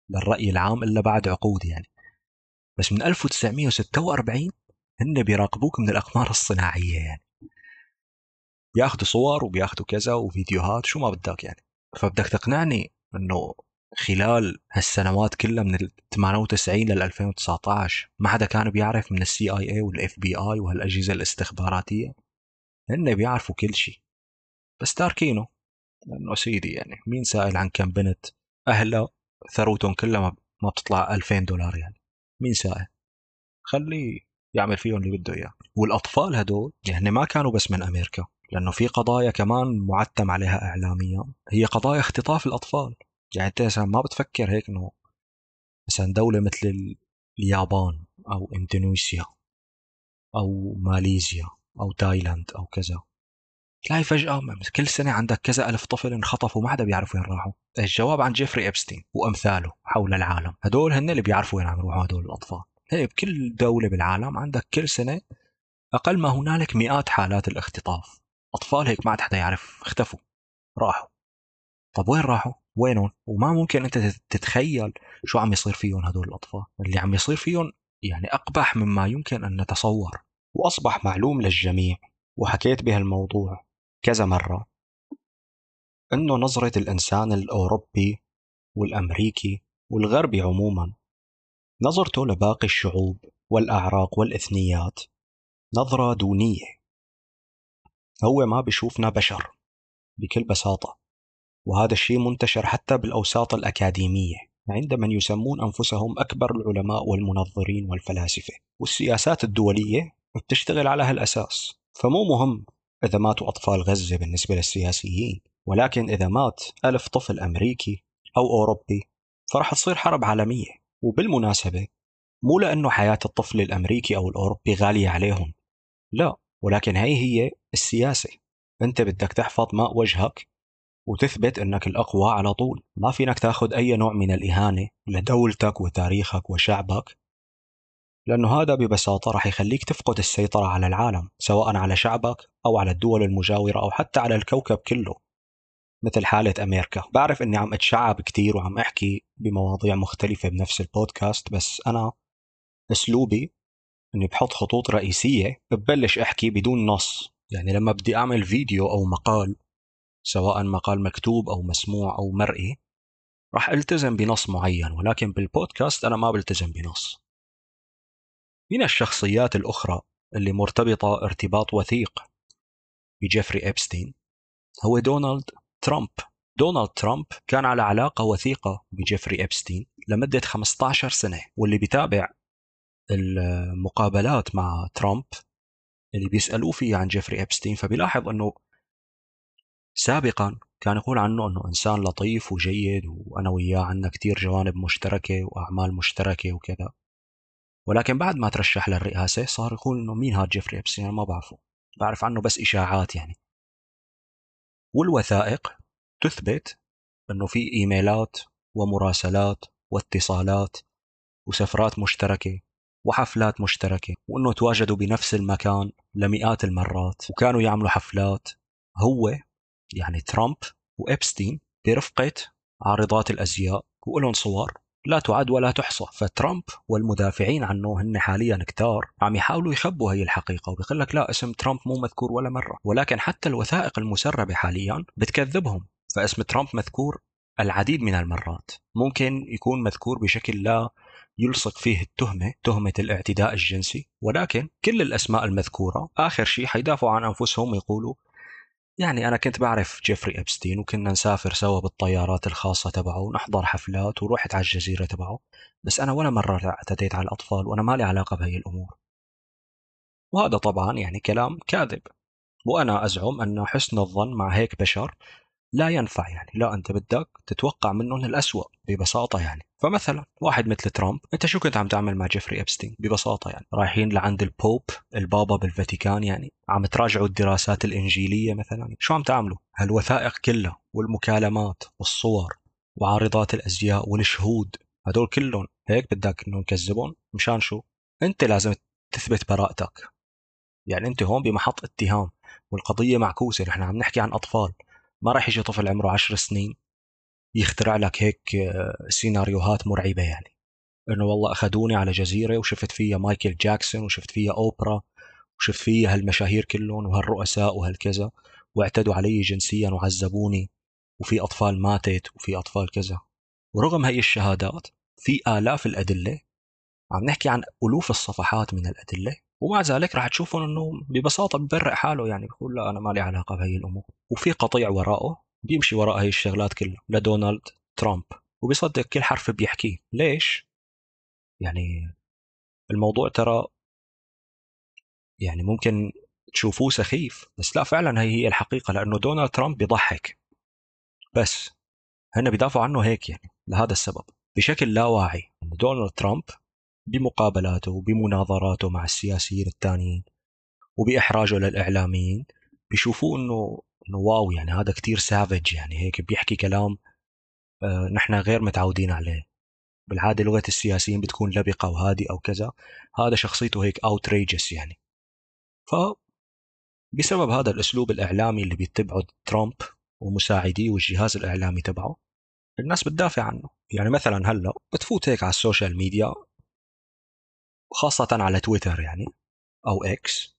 للرأي العام إلا بعد عقود يعني. بس من 1946 هن بيراقبوك من الأقمار الصناعية يعني، بياخدوا صور وبياخدوا كذا وفيديوهات شو ما بدك يعني. فبدك تقنعني انه خلال هالسنوات كلها من ال 98 لل 2019 ما حدا كان بيعرف من السي اي اي والاف بي اي وهالاجهزه الاستخباراتيه؟ هن بيعرفوا كل شيء بس تاركينه، لانه سيدي يعني مين سائل عن كم بنت اهلها ثروتهم كلها ما بتطلع $2000 يعني؟ مين سائل؟ خليه يعمل فيهم اللي بده اياه. والاطفال هدول يعني ما كانوا بس من امريكا، لانه في قضايا كمان معتم عليها اعلاميا، هي قضايا اختطاف الاطفال. يعني انت مثلا ما بتفكر هيك انه مثلا دوله مثل اليابان او اندونيسيا او ماليزيا او تايلاند او كذا، تلاقي فجأة كل سنة عندك كذا ألف طفل انخطفوا ما حدا بيعرف وين راحوا. الجواب عن جيفري إبستين وأمثاله حول العالم، هدول هن اللي بيعرفوا وين عم يروحوا هدول الأطفال. هي بكل دولة بالعالم عندك كل سنة أقل ما هنالك مئات حالات الاختطاف. أطفال هيك ما عاد حدا يعرف اختفوا، راحوا. طب وين راحوا؟ وينهم؟ وما ممكن أنت تتخيل شو عم يصير فيهم هدول الأطفال. اللي عم يصير فيهم يعني أقبح مما يمكن أن نتصور. وأصبح معلوم للجميع، وحكيت بهالموضوع كذا مرة، أنه نظرة الإنسان الأوروبي والأمريكي والغربي عموما، نظرته لباقي الشعوب والأعراق والإثنيات نظرة دونية. هو ما بيشوفنا بشر بكل بساطة، وهذا الشيء منتشر حتى بالأوساط الأكاديمية عند من يسمون أنفسهم أكبر العلماء والمنظرين والفلاسفة. والسياسات الدولية بتشتغل على هالأساس. فمو مهم إذا ماتوا أطفال غزة بالنسبة للسياسيين، ولكن إذا مات 1000 طفل أمريكي أو أوروبي فرح تصير حرب عالمية. وبالمناسبة مو لأنه حياة الطفل الأمريكي أو الأوروبي غالية عليهم، لا، ولكن هي السياسة. أنت بدك تحفظ ماء وجهك وتثبت أنك الأقوى على طول. ما فينك تأخذ أي نوع من الإهانة لدولتك وتاريخك وشعبك، لأنه هذا ببساطة راح يخليك تفقد السيطرة على العالم، سواء على شعبك أو على الدول المجاورة أو حتى على الكوكب كله. مثل حالة أمريكا. بعرف أني عم أتشعب كتير وعم أحكي بمواضيع مختلفة بنفس البودكاست، بس أنا أسلوبي أني بحط خطوط رئيسية ببلش أحكي بدون نص. يعني لما بدي أعمل فيديو أو مقال، سواء مقال مكتوب أو مسموع أو مرئي، راح ألتزم بنص معين، ولكن بالبودكاست أنا ما بلتزم بنص. من الشخصيات الأخرى اللي مرتبطة ارتباط وثيق بجيفري إبستين هو دونالد ترامب. دونالد ترامب كان على علاقة وثيقة بجيفري إبستين لمدة 15 سنة، واللي بيتابع المقابلات مع ترامب اللي بيسألوه فيه عن جيفري إبستين فبيلاحظ أنه سابقا كان يقول عنه أنه إنسان لطيف وجيد وأنا وياه عنا كتير جوانب مشتركة وأعمال مشتركة وكذا، ولكن بعد ما ترشح للرئاسة صار يقول إنه مين هاد جيفري إبستين، أنا ما بعرفه، بعرف عنه بس إشاعات يعني. والوثائق تثبت أنه في إيميلات ومراسلات واتصالات وسفرات مشتركة وحفلات مشتركة، وأنه تواجدوا بنفس المكان لمئات المرات وكانوا يعملوا حفلات، هو يعني ترامب وإبستين برفقة عارضات الأزياء، ولهم صور لا تعد ولا تحصى. فترامب والمدافعين عنه هن حاليا كتار عم يحاولوا يخبوا هي الحقيقة، وبيقول لك لا، اسم ترامب مو مذكور ولا مرة، ولكن حتى الوثائق المسربة حاليا بتكذبهم. فاسم ترامب مذكور العديد من المرات، ممكن يكون مذكور بشكل لا يلصق فيه التهمة، تهمة الاعتداء الجنسي، ولكن كل الأسماء المذكورة آخر شيء حيدافعوا عن أنفسهم ويقولوا يعني أنا كنت بعرف جيفري إبستين وكنا نسافر سوا بالطيارات الخاصة تبعه ونحضر حفلات ورحت على الجزيرة تبعه، بس أنا ولا مرة اعتديت على الأطفال وأنا ما لي علاقة بهي الأمور. وهذا طبعا يعني كلام كاذب. وأنا أزعم أن حسن الظن مع هيك بشر لا ينفع. يعني لا، أنت بدك تتوقع منهم الأسوأ ببساطة. يعني فمثلا واحد مثل ترامب، أنت شو كنت عم تعمل مع جيفري إبستين ببساطة؟ يعني رايحين لعند البوب، البابا بالفاتيكان، يعني عم تراجعوا الدراسات الإنجيلية مثلا؟ شو عم تعملوا؟ هالوثائق كلها والمكالمات والصور وعارضات الأزياء والشهود هدول كلهم هيك بدك إنه نكذبهم؟ مشان شو؟ أنت لازم تثبت براءتك. يعني أنت هون بمحط اتهام والقضية معكوسة، نحن عم نحكي عن أطفال، ما راح يجي طفل عمره 10 سنين يخترع لك هيك سيناريوهات مرعبة، يعني إنه والله أخذوني على جزيرة وشفت فيها مايكل جاكسون وشفت فيها أوبرا وشفت فيها هالمشاهير كلهم وهالرؤساء وهالكذا، واعتدوا علي جنسيا وعذبوني، وفي أطفال ماتت وفي أطفال كذا. ورغم هي الشهادات في آلاف الأدلة، عم نحكي عن ألوف الصفحات من الأدلة، ومع ذلك راح تشوفون أنه ببساطة ببرئ حاله، يعني بيقول لا أنا ما لي علاقة بهي الأمور. وفي قطيع وراءه بيمشي وراء هي الشغلات كلها لدونالد ترامب، وبيصدق كل حرف بيحكيه. ليش؟ يعني الموضوع ترى يعني ممكن تشوفوه سخيف، بس لا فعلا هي الحقيقة، لأنه دونالد ترامب بيضحك، بس هن بيدافعوا عنه هيك يعني لهذا السبب بشكل لا واعي. دونالد ترامب بمقابلاته وبمناظراته مع السياسيين الثانيين وبإحراجه للإعلاميين بيشوفوه إنه واو، يعني هذا كتير سافج، يعني هيك بيحكي كلام نحن غير متعودين عليه. بالعادة لغة السياسيين بتكون لبقة وهادئة أو كذا، هذا شخصيته هيك outrageous يعني. فبسبب هذا الأسلوب الإعلامي اللي بيتبعه ترامب ومساعديه والجهاز الإعلامي تبعه، الناس بتدافع عنه. يعني مثلا هلا بتفوت هيك على السوشيال ميديا، خاصة على تويتر يعني أو إكس،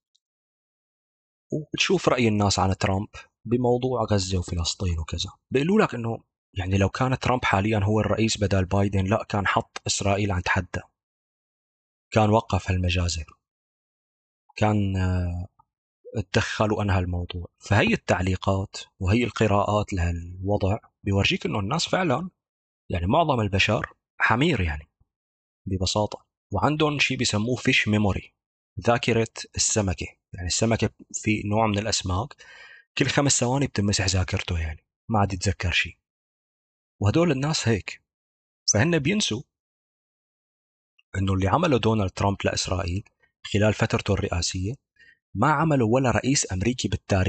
وبتشوف رأي الناس عن ترامب بموضوع غزة وفلسطين وكذا. بيقولوا لك إنه يعني لو كان ترامب حاليا هو الرئيس بدل بايدن، لا كان حط إسرائيل عند حدها، كان وقف هالمجازر، كان اتدخل وأنهى الموضوع. فهي التعليقات وهي القراءات لهالوضع بيورجيك إنه الناس فعلا يعني معظم البشر حمير يعني ببساطة، وعندهم شيء بيسموه فيش ميموري، ذاكرة السمكة. يعني السمكة في نوع من الأسماك كل 5 ثواني بتمسح ذاكرته، يعني ما عاد يتذكر شيء. وهدول الناس هيك، فهن بينسوا انه اللي عمله دونالد ترامب لإسرائيل خلال فترته الرئاسية ما عمله ولا رئيس أمريكي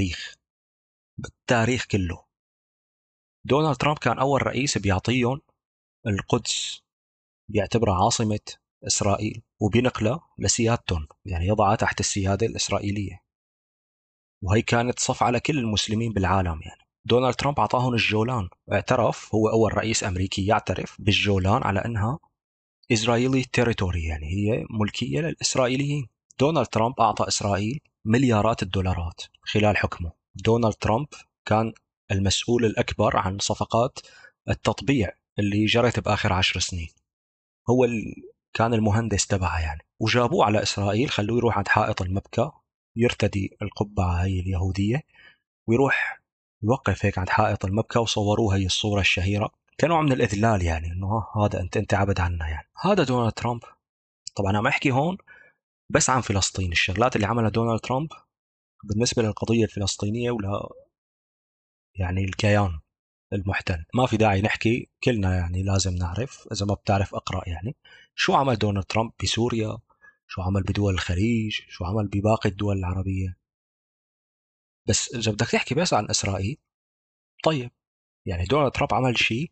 بالتاريخ كله. دونالد ترامب كان أول رئيس بيعطيهم القدس، بيعتبرها عاصمة إسرائيل وبينقلها لسيادتهم، يعني يضعها تحت السيادة الإسرائيلية. وهي كانت صف على كل المسلمين بالعالم. يعني دونالد ترامب أعطاهم الجولان، اعترف، هو أول رئيس أمريكي يعترف بالجولان على أنها إسرائيلي تيريتوري، يعني هي ملكية للإسرائيليين. دونالد ترامب أعطى إسرائيل مليارات الدولارات خلال حكمه. دونالد ترامب كان المسؤول الأكبر عن صفقات التطبيع اللي جرت بآخر 10 سنين، هو كان المهندس تبعها يعني. وجابوه على إسرائيل، خلوه يروح عند حائط المبكى يرتدي القبعة هي اليهودية، ويروح يوقف هيك عند حائط المبكى، وصوروه هي الصورة الشهيرة كنوع من الإذلال، يعني إنه هذا أنت عبد عنا يعني. هذا دونالد ترامب. طبعا أنا بحكي هون بس عن فلسطين، الشغلات اللي عملها دونالد ترامب بالنسبة للقضية الفلسطينية ولا يعني الكيان المحتل ما في داعي نحكي، كلنا يعني لازم نعرف، إذا ما بتعرف أقرأ يعني شو عمل دونالد ترامب بسوريا، شو عمل بدول الخليج، شو عمل بباقي الدول العربية. بس إذا بدك تحكي بس عن إسرائيل، طيب يعني دونالد ترامب عمل شيء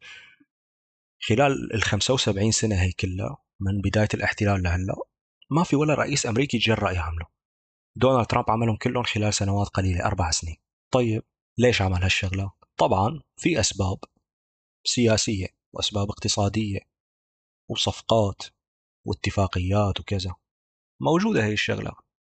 خلال ال 75 سنة هي كلها من بداية الاحتلال لهلا ما في ولا رئيس أمريكي جرأ يعمله. دونالد ترامب عملهم كلهم خلال سنوات قليلة، 4 سنين. طيب ليش عمل هالشغلة؟ طبعا في أسباب سياسية وأسباب اقتصادية وصفقات واتفاقيات وكذا، موجودة هي الشغلة.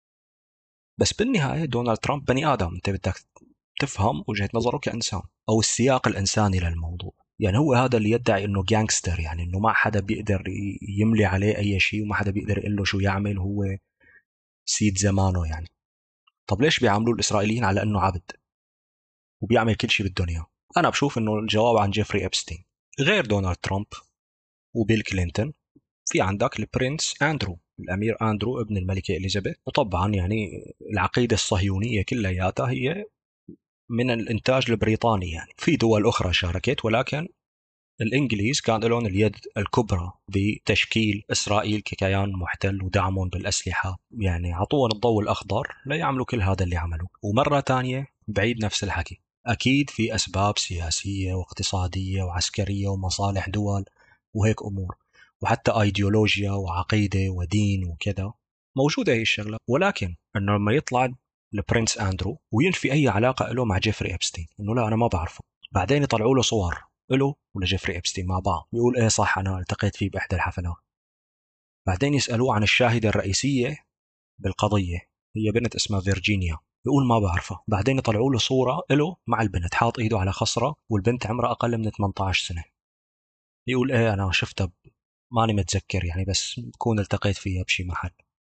بس بالنهاية دونالد ترامب بني آدم، أنت بدك تفهم وجهة نظره كإنسان أو السياق الإنساني للموضوع. يعني هو هذا اللي يدعي إنه جانكستر، يعني إنه ما حدا بيقدر يملي عليه أي شيء وما حدا بيقدر يقول له شو يعمل، هو سيد زمانه يعني. طب ليش بيعاملوا الإسرائيليين على إنه عبد وبيعمل كل شيء بالدنيا؟ أنا بشوف إنه الجواب عن جيفري إبستين. غير دونالد ترامب وبيل كلينتون في عندك البرنس أندرو، الأمير أندرو ابن الملكة إليزابيث. وطبعا يعني العقيدة الصهيونية كلياتها هي من الإنتاج البريطاني، يعني في دول أخرى شاركت، ولكن الإنجليز كان لهم اليد الكبرى بتشكيل إسرائيل ككيان محتل ودعمهم بالأسلحة، يعني عطوهم الضوء الأخضر ليعملوا كل هذا اللي عملوه. ومرة تانية بعيد نفس الحكي، أكيد في أسباب سياسية واقتصادية وعسكرية ومصالح دول وهيك أمور، وحتى أيديولوجيا وعقيدة ودين وكذا، موجودة هي الشغلة. ولكن أنه لما يطلع البرنس أندرو وينفي أي علاقة له مع جيفري إبستين، أنه لا أنا ما بعرفه، بعدين يطلعوا له صور له ولجيفري إبستين مع بعض. بيقول إيه صح أنا التقيت فيه بإحدى الحفلات. بعدين يسألوه عن الشاهدة الرئيسية بالقضية، هي بنت اسمها فيرجينيا. بيقول ما بعرفها. بعدين يطلعوا له صورة له مع البنت حاط إيده على خصرة والبنت عمرها أقل من 18 سنة. يقول إيه أنا شفتها ماني متذكر يعني، بس بكون التقيت فيها بشي محل.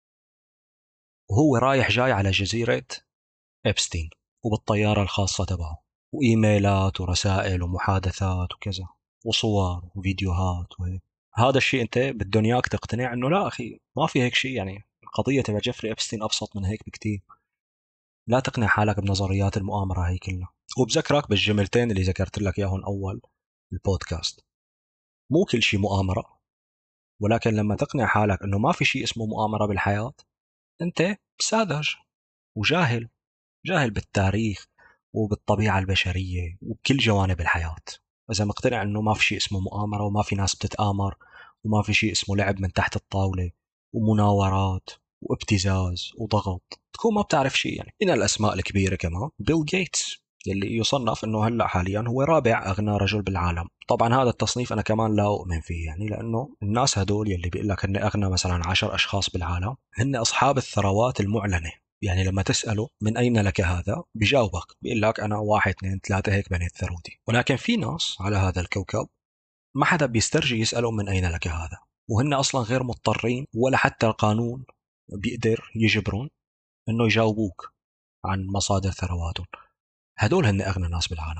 وهو رايح جاي على جزيرة إبستين وبالطيارة الخاصة تبعه، وإيميلات ورسائل ومحادثات وكذا وصور وفيديوهات وهيك. هذا الشيء أنت بدهم إياك تقتنع إنه لا أخي ما في هيك شيء، يعني القضية تبع جيفري إبستين أبسط من هيك بكتير. لا تقنع حالك بنظريات المؤامرة هي كلها. وبذكرك بالجملتين اللي ذكرت لك إياهم أول البودكاست، مو كل شيء مؤامرة، ولكن لما تقنع حالك إنه ما في شيء اسمه مؤامرة بالحياة أنت ساذج وجاهل، جاهل بالتاريخ وبالطبيعة البشرية وبكل جوانب الحياة. إذا مقتنع إنه ما في شيء اسمه مؤامرة وما في ناس بتتآمر وما في شيء اسمه لعب من تحت الطاولة ومناورات وابتزاز وضغط، تكون ما بتعرف شيء. يعني من الأسماء الكبيرة كمان بيل جيتس، يلي يصنف إنه هلأ حاليا هو رابع أغنى رجل بالعالم. طبعا هذا التصنيف أنا كمان لا أؤمن فيه، يعني لأنه الناس هدول يلي بيقول لك هن أغنى مثلا 10 أشخاص بالعالم هن أصحاب الثروات المعلنة. يعني لما تسأله من أين لك هذا بيجاوبك بيقول لك أنا واحد اثنين ثلاثة هيك بنيت ثروتي. ولكن في ناس على هذا الكوكب ما حدا بيسترجي يسأله من أين لك هذا، وهن أصلا غير مضطرين ولا حتى القانون بيقدر يجبرون إنه يجاوبوك عن مصادر ثرواتهم. هدول هن أغنى ناس بالعالم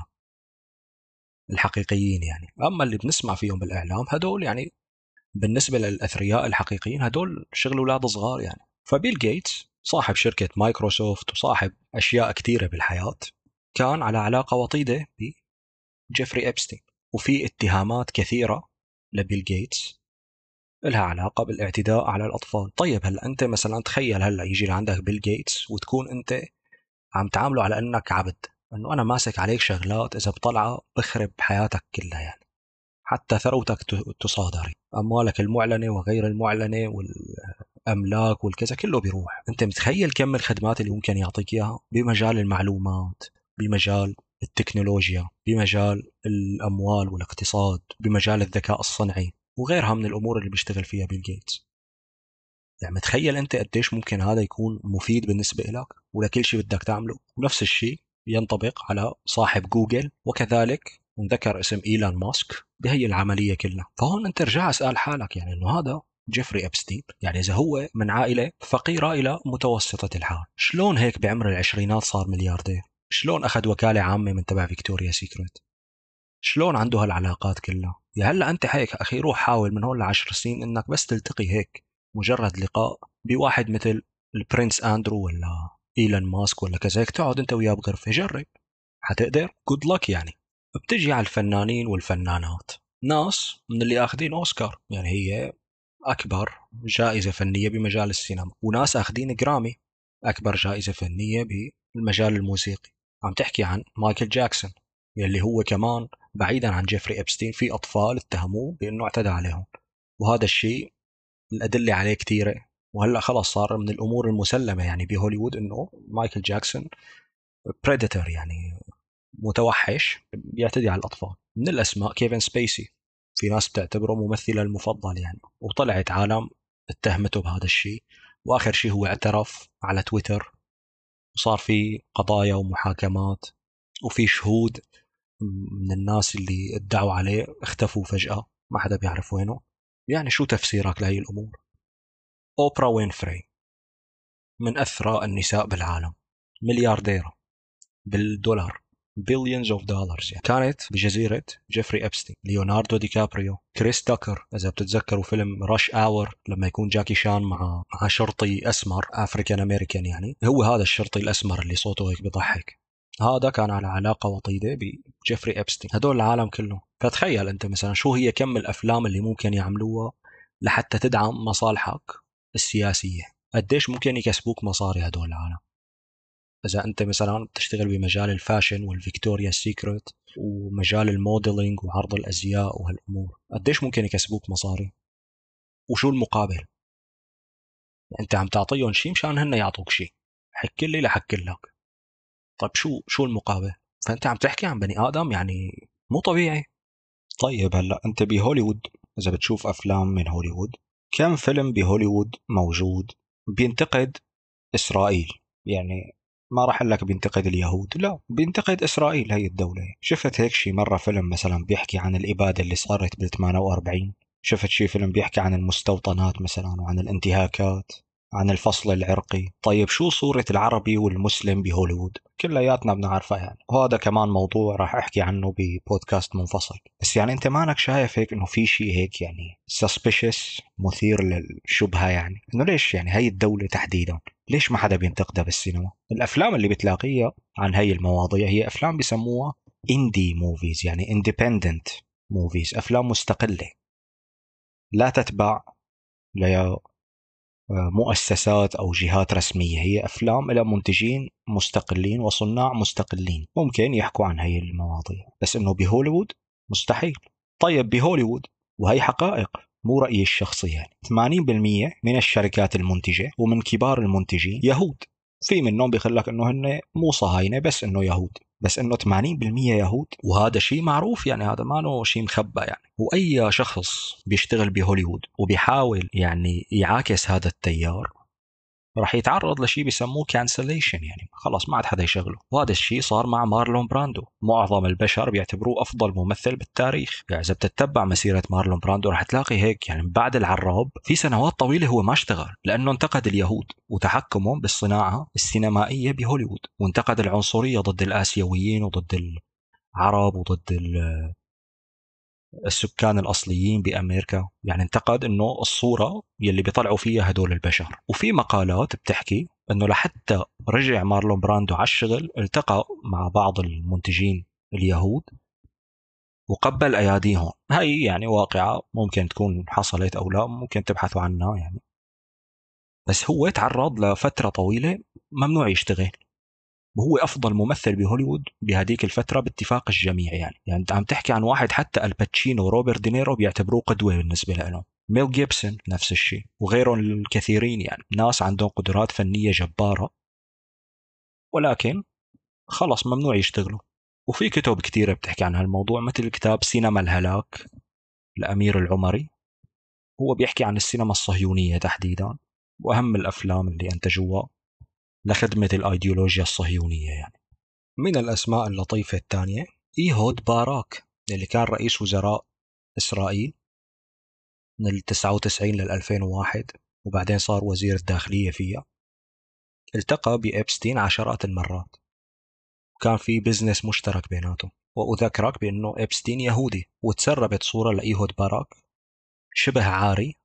الحقيقيين يعني. أما اللي بنسمع فيهم بالإعلام هدول يعني بالنسبة للأثرياء الحقيقيين هدول شغل أولاد صغار يعني. فبيل جيتس صاحب شركة مايكروسوفت وصاحب أشياء كثيرة بالحياة كان على علاقة وطيدة بجيفري إبستين، وفي اتهامات كثيرة لبيل جيتس لها علاقة بالاعتداء على الأطفال. طيب هلا أنت مثلا تخيل هلا يجي لعندك بيل جيتس وتكون أنت عم تعامله على أنك عبد، أنه أنا ماسك عليك شغلات إذا بطلعها بخرب حياتك كلها، يعني حتى ثروتك تصادر، أموالك المعلنة وغير المعلنة والأملاك والكذا كله بيروح. أنت متخيل كم الخدمات اللي ممكن يعطيك إياها بمجال المعلومات، بمجال التكنولوجيا، بمجال الأموال والاقتصاد، بمجال الذكاء الصنعي وغيرها من الأمور اللي بيشتغل فيها بيل جيتس. يعني متخيل أنت قديش ممكن هذا يكون مفيد بالنسبة لك ولكل شيء بدك تعمله. ونفس الشيء ينطبق على صاحب جوجل، وكذلك ذكر اسم إيلون ماسك بهي العملية كلها. فهون أنت رجع اسأل حالك يعني إنه هذا جيفري أبستين، يعني إذا هو من عائلة فقيرة إلى متوسطة الحال، شلون هيك بعمر العشرينات صار ملياردير؟ شلون أخذ وكالة عامة من تبع فيكتوريا سيكريت؟ شلون عنده هالعلاقات كلها؟ يا هلا أنت هيك أخي روح حاول من هون ل10 سنين إنك بس تلتقي هيك مجرد لقاء بواحد مثل البرنس أندرو ولا إيلون ماسك ولا كذا، هيك تقعد أنت وياه بغرفة جرب، حتقدر؟ جود لك يعني. بتجي على الفنانين والفنانات، ناس من اللي اخذين اوسكار، يعني هي اكبر جائزة فنية بمجال السينما، وناس اخذين جرامي اكبر جائزة فنية بالمجال الموسيقي. عم تحكي عن مايكل جاكسون يلي هو كمان بعيدا عن جيفري إبستين في اطفال اتهموه بانه اعتدى عليهم، وهذا الشيء الادله عليه كثيره. وهلا خلص صار من الامور المسلمه يعني بهوليوود انه مايكل جاكسون بريدتر، يعني متوحش بيعتدي على الأطفال. من الأسماء كيفن سبيسي، في ناس بتعتبره ممثله المفضل يعني، وطلعت عالم اتهمته بهذا الشيء، وآخر شيء هو اعترف على تويتر، وصار في قضايا ومحاكمات، وفي شهود من الناس اللي ادعوا عليه اختفوا فجأة ما حدا بيعرف وينه. يعني شو تفسيرك لهي الأمور؟ أوبرا وينفري من أثرى النساء بالعالم، مليارديرة بالدولار، billions of dollars، يعني كانت بجزيرة جيفري أبستين. ليوناردو دي كابريو، كريس داكر، إذا بتتذكروا فيلم راش آور لما يكون جاكي شان مع شرطي أسمر أفريكان أمريكان، يعني هو هذا الشرطي الأسمر اللي صوته هيك بضحك، هذا كان على علاقة وطيدة بجيفري أبستين. هدول العالم كله. فتخيل أنت مثلا شو هي كم الأفلام اللي ممكن يعملوها لحتى تدعم مصالحك السياسية، قديش ممكن يكسبوك مصاري هدول العالم. إذا أنت مثلا بتشتغل بمجال الفاشن والفيكتوريا سيكريت ومجال الموديلينج وعرض الأزياء وهالأمور، قديش ممكن يكسبوك مصاري؟ وشو المقابل؟ يعني أنت عم تعطيهم شيء مشان هن يعطوك شيء، حكي لي لحكي لك. طيب شو المقابل؟ فأنت عم تحكي عن بني آدم يعني مو طبيعي. طيب هلا أنت بهوليوود إذا بتشوف أفلام من هوليوود، كم فيلم بهوليوود موجود بينتقد إسرائيل؟ يعني ما راح أقول لك بينتقد اليهود، لا بينتقد إسرائيل هي الدولة. شفت هيك شي مرة فيلم مثلا بيحكي عن الإبادة اللي صارت بال 48؟ شفت شي فيلم بيحكي عن المستوطنات مثلا وعن الانتهاكات، عن الفصل العرقي؟ طيب شو صورة العربي والمسلم بهوليوود؟ كلياتنا بنعرفها يعني، وهذا كمان موضوع راح أحكي عنه ببودكاست منفصل. بس يعني أنت مانك شايف هيك إنه في شي هيك يعني suspicious، مثير للشبهة؟ يعني إنه ليش يعني هاي الدولة تحديدا ليش ما حدا بينتقدها بالسينما؟ الافلام اللي بتلاقيها عن هي المواضيع هي افلام بسموها اندي موفيز، يعني اندبندنت موفيز، افلام مستقله لا تتبع لمؤسسات او جهات رسميه. هي افلام الى منتجين مستقلين وصناع مستقلين ممكن يحكوا عن هي المواضيع، بس انه بهوليوود مستحيل. طيب بهوليوود، وهي حقائق مو رأيي الشخصي، يعني 80% من الشركات المنتجة ومن كبار المنتجين يهود. في منهم بيقول لك انه هن مو صهاينة بس انه يهود، بس انه 80% يهود، وهذا شيء معروف يعني، هذا ما له شيء مخبى يعني. واي شخص بيشتغل بهوليوود وبيحاول يعني يعاكس هذا التيار راح يتعرض لشيء بيسموه كانسليشن، يعني خلاص ما عاد حدا يشغله. وهذا الشيء صار مع مارلون براندو، معظم البشر بيعتبروه افضل ممثل بالتاريخ. يعني اذا بتتبع مسيره مارلون براندو راح تلاقي هيك، يعني بعد العراب في سنوات طويله هو ما اشتغل لانه انتقد اليهود وتحكمهم بالصناعه السينمائيه بهوليوود، وانتقد العنصريه ضد الاسيويين وضد العرب وضد السكان الأصليين بأمريكا. يعني انتقد أنه الصورة يلي بيطلعوا فيها هدول البشر. وفي مقالات بتحكي أنه لحتى رجع مارلون براندو على الشغل التقى مع بعض المنتجين اليهود وقبل أياديهم. هاي يعني واقعة ممكن تكون حصلت أو لا، ممكن تبحثوا عنها يعني. بس هو تعرض لفترة طويلة ممنوع يشتغل، وهو افضل ممثل بهوليوود بهذيك الفتره باتفاق الجميع. يعني انت عم تحكي عن واحد حتى الباتشينو وروبرت دينيرو بيعتبروه قدوه بالنسبه لهم، ميل جيبسون نفس الشيء، وغيرهم الكثيرين، يعني ناس عندهم قدرات فنيه جباره، ولكن خلص ممنوع يشتغلوا. وفي كتب كثيره بتحكي عن هالموضوع، مثل كتاب سينما الهلاك لأمير العمري، هو بيحكي عن السينما الصهيونيه تحديدا واهم الافلام اللي انتجوها لخدمه الايديولوجيا الصهيونيه يعني. من الأسماء اللطيفة الثانية إيهود باراك، اللي كان رئيس وزراء إسرائيل من ال 99 لل 2001، وبعدين صار وزير الداخلية فيها. التقى بإبستين عشرات المرات، وكان في بزنس مشترك بيناتهم. وأذكرك بأنه إبستين يهودي، وتسربت صورة لإيهود باراك شبه عاري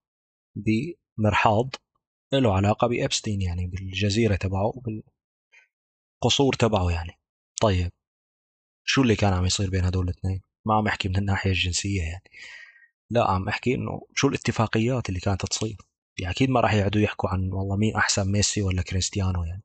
بمرحاض له علاقة بإبستين، يعني بالجزيرة تبعه بالقصور تبعه يعني. طيب شو اللي كان عم يصير بين هدول الاثنين؟ ما عم احكي من الناحية الجنسية يعني، لا عم احكي انه شو الاتفاقيات اللي كانت تصير. يعني اكيد ما راح يقعدوا يحكوا عن والله مين احسن ميسي ولا كريستيانو يعني،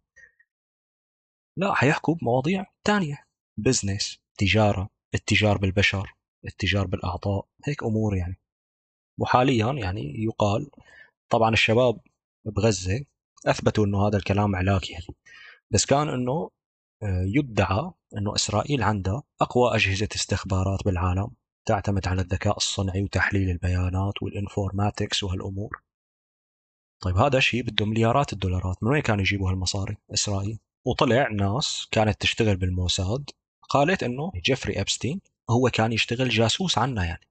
لا حيحكوا بمواضيع تانية، بزنس، تجارة، التجار بالبشر، التجار بالاعضاء، هيك امور يعني. وحاليا يعني يقال، طبعا الشباب بغزة اثبتوا انه هذا الكلام علاك يعني، بس كان انه يدعى انه اسرائيل عندها اقوى اجهزة استخبارات بالعالم، تعتمد على الذكاء الصنعي وتحليل البيانات والانفورماتكس وهالامور. طيب هذا شيء بده مليارات الدولارات، من وين كانوا يجيبوا هالمصاري اسرائيل؟ وطلع ناس كانت تشتغل بالموساد قالت انه جيفري ابستين هو كان يشتغل جاسوس عنا يعني.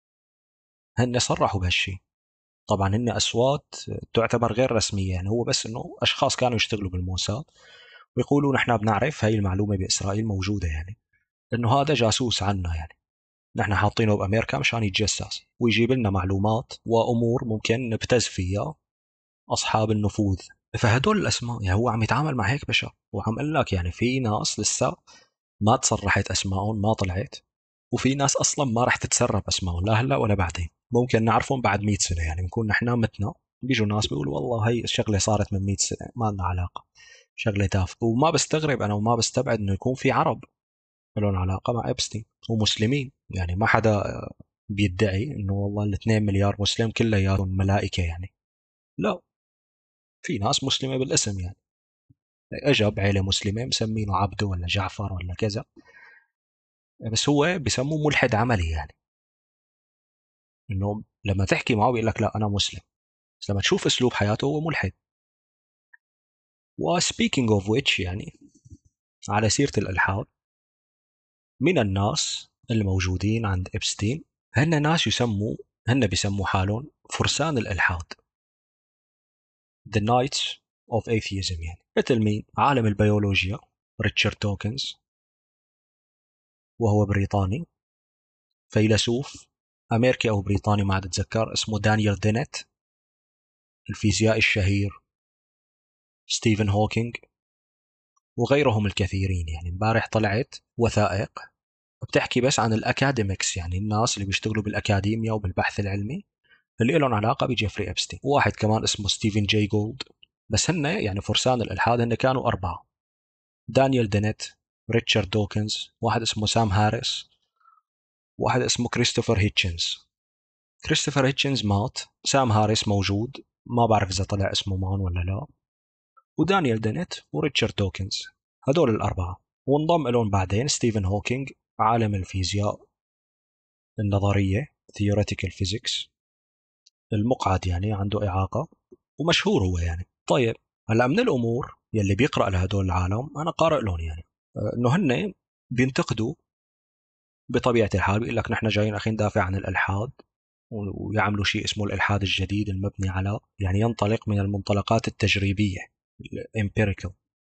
هن صرحوا بهالشيء. طبعا هن اصوات تعتبر غير رسميه، يعني هو بس انه اشخاص كانوا يشتغلوا بالموساد ويقولوا نحن بنعرف هاي المعلومه باسرائيل موجوده، يعني انه هذا جاسوس عنا يعني، نحن حاطينه بامريكا مشان يتجسس ويجيب لنا معلومات وامور ممكن نبتز فيها اصحاب النفوذ. فهدول الاسماء، يعني هو عم يتعامل مع هيك بشر، وعم اقول لك يعني في ناس لسه ما تصرحت اسمائهم، ما طلعت، وفي ناس اصلا ما راح تتسرب اسمائهم لا هلا ولا بعدين، ممكن نعرفهم بعد 100 سنه، يعني بنكون نحن متنا بيجوا ناس بيقولوا والله هي الشغله صارت من 100 سنه ما لنا علاقه، شغله تافهه. وما بستغرب انا وما بستبعد انه يكون في عرب لهم علاقه مع ابستين ومسلمين، يعني ما حدا بيدعي انه والله ال 2 مليار مسلم كلياتهم ملائكه يعني، لا، في ناس مسلمه بالاسم يعني، اجى بعيله مسلمه مسمينه عبده ولا جعفر ولا كذا، بس هو بسموه ملحد عملي يعني. إنه لما تحكي معه بيقول لك لا أنا مسلم، بس لما تشوف أسلوب حياته هو ملحد. وسبيكينج اوف which يعني على سيرة الإلحاد، من الناس الموجودين عند إبستين هن ناس هن بيسموا حالهم فرسان الإلحاد، The Knights of Atheism. يعني مثل مين؟ عالم البيولوجيا ريتشارد دوكنز، وهو بريطاني، فيلسوف أمريكي أو بريطاني ما عاد أتذكر اسمه دانيال دينيت، الفيزيائي الشهير ستيفن هوكينج، وغيرهم الكثيرين. يعني امبارح طلعت وثائق بتحكي بس عن الأكاديميكس، يعني الناس اللي بيشتغلوا بالأكاديميا وبالبحث العلمي اللي لهم علاقة بجيفري أبستين. واحد كمان اسمه ستيفن جاي جولد. بس هن يعني فرسان الإلحاد هن كانوا 4: دانيال دينيت، ريتشارد دوكنز، واحد اسمه سام هاريس، واحد اسمه كريستوفر هيتشنز. كريستوفر هيتشنز مات، سام هاريس موجود، ما بعرف إذا طلع اسمه مان ولا لا، ودانيال دينيت وريتشارد دوكنز، هدول ال4. وانضم لهم بعدين ستيفن هوكينج، عالم الفيزياء النظرية theoretical physics، المقعد يعني عنده إعاقة ومشهور هو يعني. طيب هلا من الأمور يلي بيقرأ لهدول العالم، أنا قارئ لهم يعني إنه هن بينتقدوا بطبيعة الحال، بيقول لك نحن جايين أخي ندافع عن الإلحاد، ويعملوا شيء اسمه الإلحاد الجديد المبني على يعني ينطلق من المنطلقات التجريبية الامبيريكال،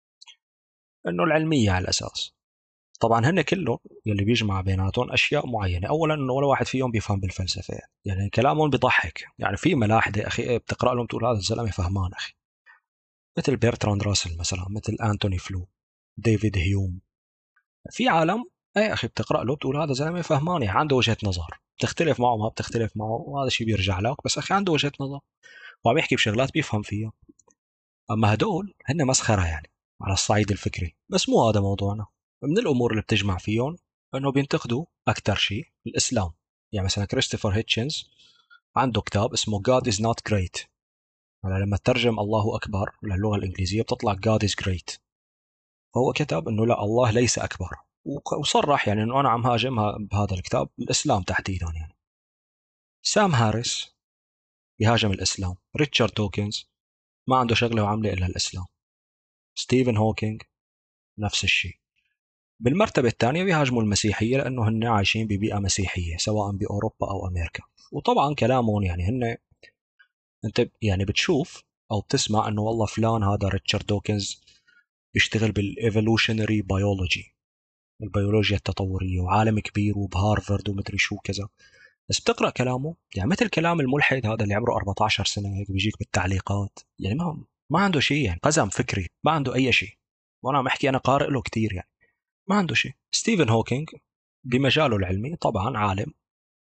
إنه العلمية على الأساس. طبعا هن كلهم يلي بيجمع بيناتهم أشياء معينة. أولا إنه ولا واحد فيهم بيفهم بالفلسفة، يعني كلامهم بيضحك، يعني في ملاحدة أخي بتقرأ لهم تقول هذا الزلمة فهمان أخي، مثل بيرتراند راسل مثلا، مثل أنتوني فلو، ديفيد هيوم. في عالم اي اخي بتقرا له بتقول هذا زلمه فهمان، يعني عنده وجهه نظر، بتختلف معه ما بتختلف معه وهذا الشيء بيرجع لك، بس اخي عنده وجهه نظر وعم يحكي بشغلات بيفهم فيها. اما هدول هن مسخره يعني على الصعيد الفكري، بس مو هذا موضوعنا. من الامور اللي بتجمع فيهم انه بينتقدوا اكثر شيء الاسلام. يعني مثلا كريستوفر هيتشنز عنده كتاب اسمه God is not great. يعني لما ترجم الله اكبر للغه الانجليزيه بتطلع God is great. فهو كتب انه لا، الله ليس اكبر، وصرح يعني انه انا عم هاجم بهذا الكتاب الاسلام تحديدا. يعني سام هاريس يهاجم الاسلام، ريتشارد دوكنز ما عنده شغله وعامله الا الاسلام، ستيفن هوكينج نفس الشيء. بالمرتبه الثانيه بيهاجموا المسيحيه لانه هن عايشين ببيئه مسيحيه سواء باوروبا او امريكا. وطبعا كلامهم يعني هن انت يعني بتشوف او بتسمع انه والله فلان هذا ريتشارد دوكنز بيشتغل بالايفولوشنري بيولوجي، البيولوجيا التطورية، وعالم كبير وبهارفرد ومدري شو كذا. بس بتقرأ كلامه يعني مثل كلام الملحد هذا اللي عمره 14 سنة هيك بيجيك بالتعليقات، يعني ما عنده شيء، يعني قزم فكري ما عنده أي شيء. وأنا عم أحكي أنا قارئ له كثير، يعني ما عنده شيء. ستيفن هوكينج بمجاله العلمي طبعا عالم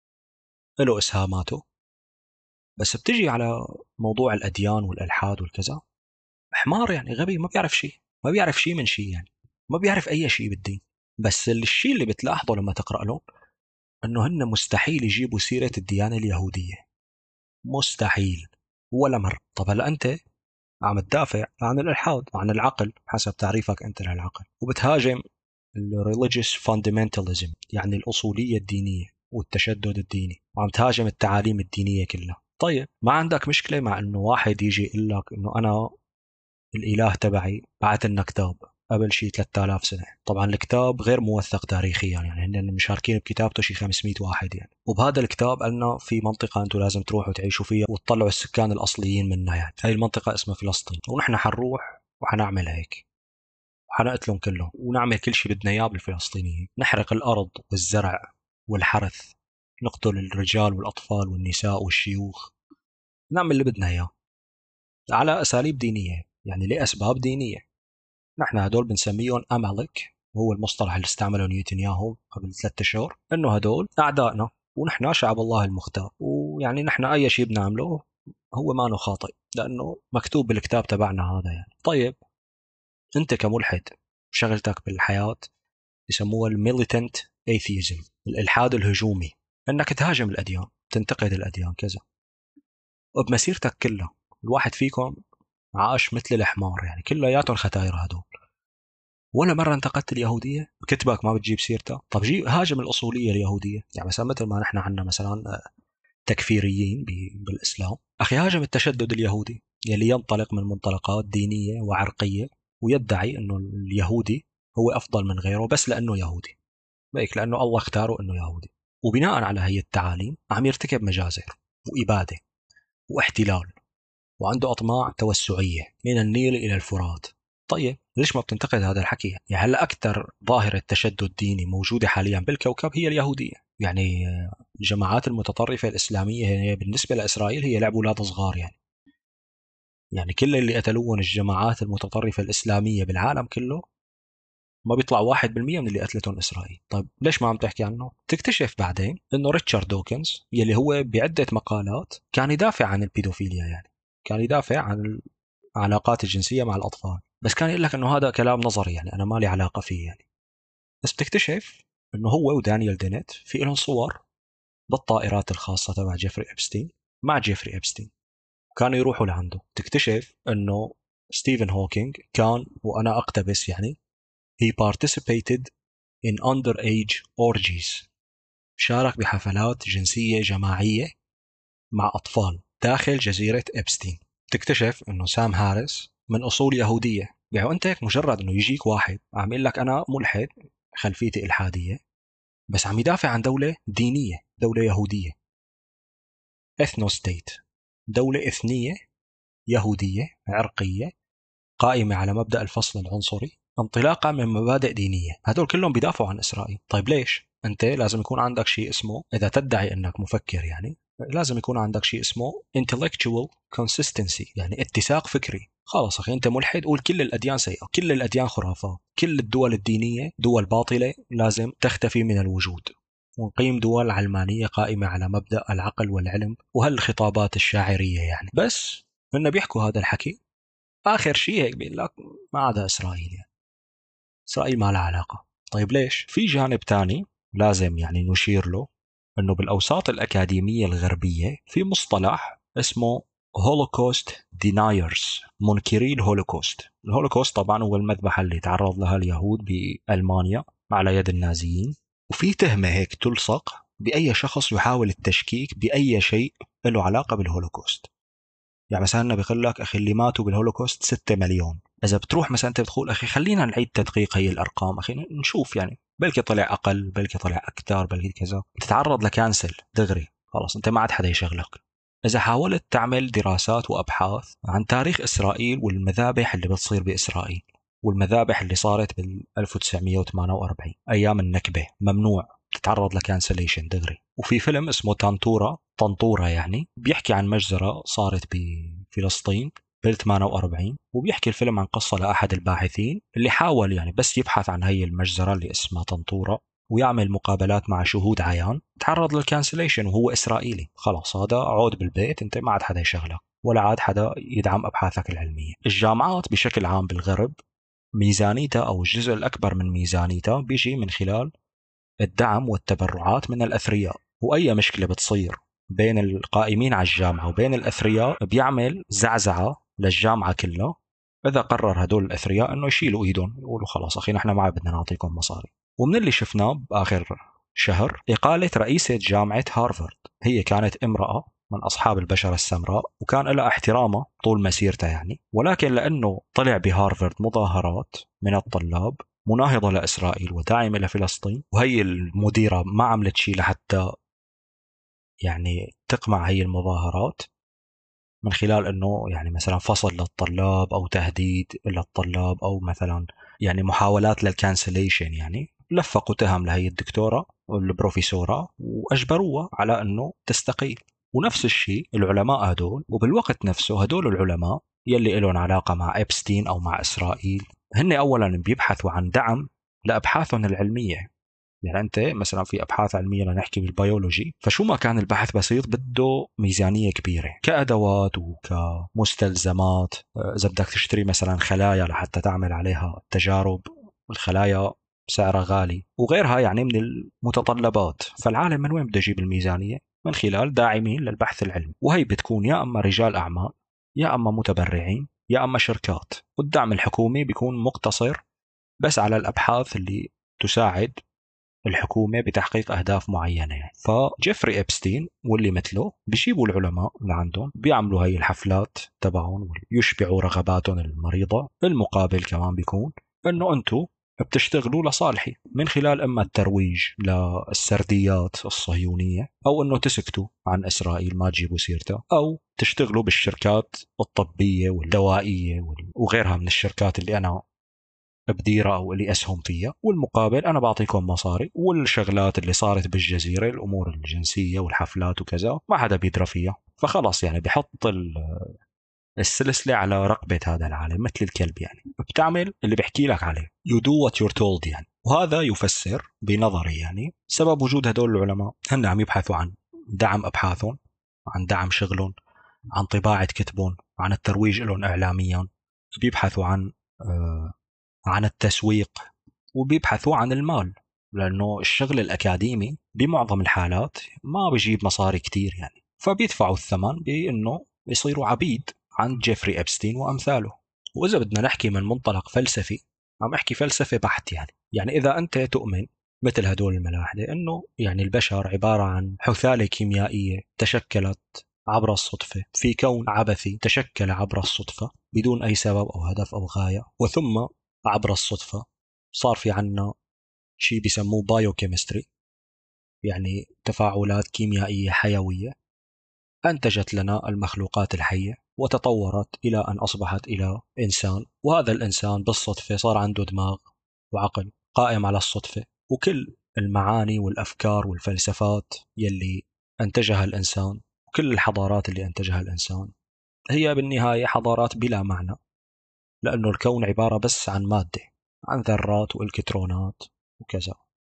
له إسهاماته، بس بتجي على موضوع الأديان والإلحاد والكذا حمار، يعني غبي ما بيعرف شيء، ما بيعرف شيء من شيء، يعني ما بيعرف أي شيء بالدين. بس الشيء اللي بتلاحظه لما تقرأ له انه هن مستحيل يجيبوا سيرة الديانة اليهودية، مستحيل ولا مرة. طب هلا انت عم تدافع عن الالحاد وعن العقل حسب تعريفك انت للعقل، وبتهاجم religious fundamentalism يعني الاصولية الدينية والتشدد الديني، وعم تهاجم التعاليم الدينية كلها. طيب ما عندك مشكلة مع انه واحد يجي يقول لك انه انا الإله تبعي بعت لنا كتاب قبل شي 3000 سنة. طبعا الكتاب غير موثق تاريخيا، يعني هن المشاركين بكتابته شي 500 واحد يعني، وبهذا الكتاب قالنا في منطقة انتم لازم تروحوا تعيشوا فيها وتطلعوا السكان الأصليين منها، يعني هاي المنطقة اسمها فلسطين، ونحن حنروح وحنعمل هيك وحنقتلهم كلهم ونعمل كل شيء بدنا اياه بالفلسطينيين، نحرق الأرض والزرع والحرث، نقتل الرجال والأطفال والنساء والشيوخ، نعمل اللي بدنا اياه على أساليب دينية، يعني لأسباب دينية. نحن هدول بنسميهم أمالك، هو المصطلح اللي استعمله نيوتنياهو قبل 3 أشهر، إنه هدول أعدائنا ونحن شعب الله المختار، ويعني نحن أي شيء بنعمله هو ما خاطئ لأنه مكتوب بالكتاب تبعنا هذا يعني. طيب أنت كملحد شغلتك بالحياة يسموها الميليتنت ايثيزم، الإلحاد الهجومي، إنك تهاجم الأديان، تنتقد الأديان كذا. وبمسيرتك كلها الواحد فيكم عاش مثل الحمار، يعني كلياتهم ختاير هدول، ولا مرة انتقدت اليهودية؟ كتبك ما بتجيب سيرتها؟ طب جي هاجم الأصولية اليهودية، يعني مثلا مثل ما نحن عندنا مثلا التكفيريين بالإسلام. أخي هاجم التشدد اليهودي يلي ينطلق من منطلقات دينية وعرقية، ويدعي أنه اليهودي هو أفضل من غيره بس لأنه يهودي، بيك لأنه الله اختاره أنه يهودي. وبناء على هي التعاليم عم يرتكب مجازر وإبادة واحتلال، وعنده أطماع توسعية من النيل إلى الفرات. طيب ليش ما بتنتقد هذا الحكي؟ يعني هلا أكثر ظاهرة تشدد ديني موجودة حاليا بالكوكب هي اليهودية. يعني الجماعات المتطرفة الإسلامية هي بالنسبة لإسرائيل هي لعب أولاد صغار. يعني كل اللي قتلوهم الجماعات المتطرفة الإسلامية بالعالم كله ما بيطلع 1% من اللي قتلتهم إسرائيل. طيب ليش ما عم تحكي عنه؟ تكتشف بعدين إنه ريتشارد دوكنز يلي هو بعدة مقالات كان يدافع عن البيدوفيليا، يعني كان يدافع عن العلاقات الجنسية مع الأطفال، بس كان يقول لك إنه هذا كلام نظري، يعني أنا ما لي علاقة فيه يعني. بس بتكتشف إنه هو ودانيال دينيت في لهم صور بالطائرات الخاصة تبع جيفري إبستين مع جيفري إبستين، كانوا يروحوا لعنده. تكتشف إنه ستيفن هوكينج كان، وأنا أقتبس يعني، he participated in underage orgies، شارك بحفلات جنسية جماعية مع أطفال داخل جزيرة إبستين. تكتشف إنه سام هاريس من أصول يهودية. يعني أنت هيك مجرد إنه يجيك واحد عم يقول لك أنا ملحد خلفيتي إلحادية، بس عم يدافع عن دولة دينية، دولة يهودية، إثنو ستيت، دولة إثنية يهودية عرقية قائمة على مبدأ الفصل العنصري انطلاقا من مبادئ دينية. هذول كلهم بيدافعوا عن إسرائيل. طيب ليش؟ أنت لازم يكون عندك شيء اسمه، إذا تدعي أنك مفكر يعني، لازم يكون عندك شيء اسمه intellectual consistency، يعني اتساق فكري. خلاص أخي أنت ملحد، قول كل الأديان سيئة، كل الأديان خرافات، كل الدول الدينية دول باطلة لازم تختفي من الوجود، ونقيم دول علمانية قائمة على مبدأ العقل والعلم وهالخطابات الشاعرية يعني. بس هن بيحكوا هذا الحكي، آخر شيء هيك بيقول لك ما عدا إسرائيل، يعني إسرائيل ما لها علاقة. طيب ليش؟ في جانب تاني لازم يعني نشير له، أنه بالأوساط الأكاديمية الغربية في مصطلح اسمه هولوكوست دينايرز، منكري الهولوكوست. الهولوكوست طبعا هو المذبحة اللي تعرض لها اليهود بألمانيا على يد النازيين، وفي تهمة هيك تلصق بأي شخص يحاول التشكيك بأي شيء له علاقة بالهولوكوست. يعني مثلا بيقول لك أخي اللي ماتوا بالهولوكوست 6 مليون. إذا بتروح مثلا أنت بتقول أخي خلينا نعيد تدقيق هي الأرقام، أخي نشوف يعني بلكي طلع أقل بلكي طلع أكثر بلكي كذا، تتعرض لكانسل دغري، خلاص أنت ما عاد حدا يشغلك. إذا حاولت تعمل دراسات وأبحاث عن تاريخ إسرائيل والمذابح اللي بتصير بإسرائيل والمذابح اللي صارت بال 1948 أيام النكبة، ممنوع تتعرض لكانسليشن دغري. وفي فيلم اسمه طنطورة يعني بيحكي عن مجزرة صارت بفلسطين بال 48، وبيحكي الفيلم عن قصة لأحد الباحثين اللي حاول يعني بس يبحث عن هي المجزرة اللي اسمها طنطورة ويعمل مقابلات مع شهود عيان، تعرض للكانسليشن وهو إسرائيلي. خلاص هذا عود بالبيت، انت ما عاد حدا يشغلك ولا عاد حدا يدعم أبحاثك العلمية. الجامعات بشكل عام بالغرب ميزانيتها أو الجزء الأكبر من ميزانيتها بيجي من خلال الدعم والتبرعات من الأثرياء، وأي مشكلة بتصير بين القائمين على الجامعة وبين الأثرياء بيعمل زعزعة للجامعة كلها. إذا قرر هدول الأثرياء أنه يشيلوا إيدهم يقولوا خلاص أخي نحن ما بدنا نعطيكم مصاري. ومن اللي شفناه بآخر شهر إقالة رئيسة جامعة هارفارد، هي كانت امرأة من أصحاب البشرة السمراء وكان لها احترامه طول مسيرتها يعني، ولكن لأنه طلع بهارفارد مظاهرات من الطلاب مناهضة لإسرائيل وداعمة لفلسطين، وهي المديرة ما عملت شيء لحتى يعني تقمع هي المظاهرات من خلال أنه يعني مثلا فصل للطلاب أو تهديد للطلاب أو مثلا يعني محاولات للكانسليشن. يعني لفقوا تهم لهي الدكتورة والبروفيسورة وأجبروها على أنه تستقيل. ونفس الشيء العلماء هدول، وبالوقت نفسه هدول العلماء يلي لهم علاقة مع إبستين أو مع إسرائيل هن أولا بيبحثوا عن دعم لأبحاثهم العلمية. يعني أنت مثلا في أبحاث علمية لنحكي بالبيولوجي، فشو ما كان البحث بسيط بده ميزانية كبيرة كأدوات وكمستلزمات. إذا بدك تشتري مثلا خلايا لحتى تعمل عليها تجارب، الخلايا سعرها غالي وغيرها يعني من المتطلبات. فالعالم من وين بده يجيب الميزانية؟ من خلال داعمين للبحث العلمي، وهي بتكون يا أما رجال أعمال يا أما متبرعين يا أما شركات. والدعم الحكومي بيكون مقتصر بس على الأبحاث اللي تساعد الحكومة بتحقيق أهداف معينة يعني. فجيفري إبستين واللي مثله بيجيبوا العلماء لعندهم، بيعملوا هاي الحفلات تبعهم ويشبعوا رغباتهم المريضة. المقابل كمان بيكون إنه أنتم بتشتغلوا لصالحي من خلال إما الترويج للسرديات الصهيونية، أو إنه تسكتوا عن إسرائيل ما تجيبوا سيرتها، أو تشتغلوا بالشركات الطبية والدوائية وغيرها من الشركات اللي أنا بديرة أو اللي أسهم فيها، والمقابل أنا بعطيكم مصاري. والشغلات اللي صارت بالجزيرة، الأمور الجنسية والحفلات وكذا، ما حدا بيدرى فيها. فخلاص يعني بحط السلسلة على رقبة هذا العالم مثل الكلب، يعني بتعمل اللي بحكي لك عليه. you do what you're told يعني. وهذا يفسر بنظري يعني سبب وجود هدول العلماء. هن عم يبحثوا عن دعم أبحاثهم، عن دعم شغلهم، عن طباعة كتبهم، عن الترويج لهم إعلاميا. بيبحثوا عن التسويق، وبيبحثوا عن المال، لأنه الشغل الأكاديمي بمعظم الحالات ما بيجيب مصاري كتير يعني. فبيدفعوا الثمن بأنه يصيروا عبيد عند جيفري أبستين وأمثاله. وإذا بدنا نحكي من منطلق فلسفي، عم أحكي فلسفة بحت يعني إذا أنت تؤمن مثل هدول الملاحدة أنه يعني البشر عبارة عن حثالة كيميائية تشكلت عبر الصدفة في كون عبثي تشكل عبر الصدفة بدون أي سبب أو هدف أو غاية، وثم عبر الصدفة صار في عنا شيء بيسموه بايوكيمستري، يعني تفاعلات كيميائية حيوية أنتجت لنا المخلوقات الحية وتطورت إلى أن أصبحت إلى إنسان. وهذا الإنسان بالصدفة صار عنده دماغ وعقل قائم على الصدفة. وكل المعاني والأفكار والفلسفات يلي أنتجها الإنسان، وكل الحضارات اللي أنتجها الإنسان، هي بالنهاية حضارات بلا معنى، لأنه الكون عبارة بس عن مادة، عن ذرات وإلكترونات وكذا،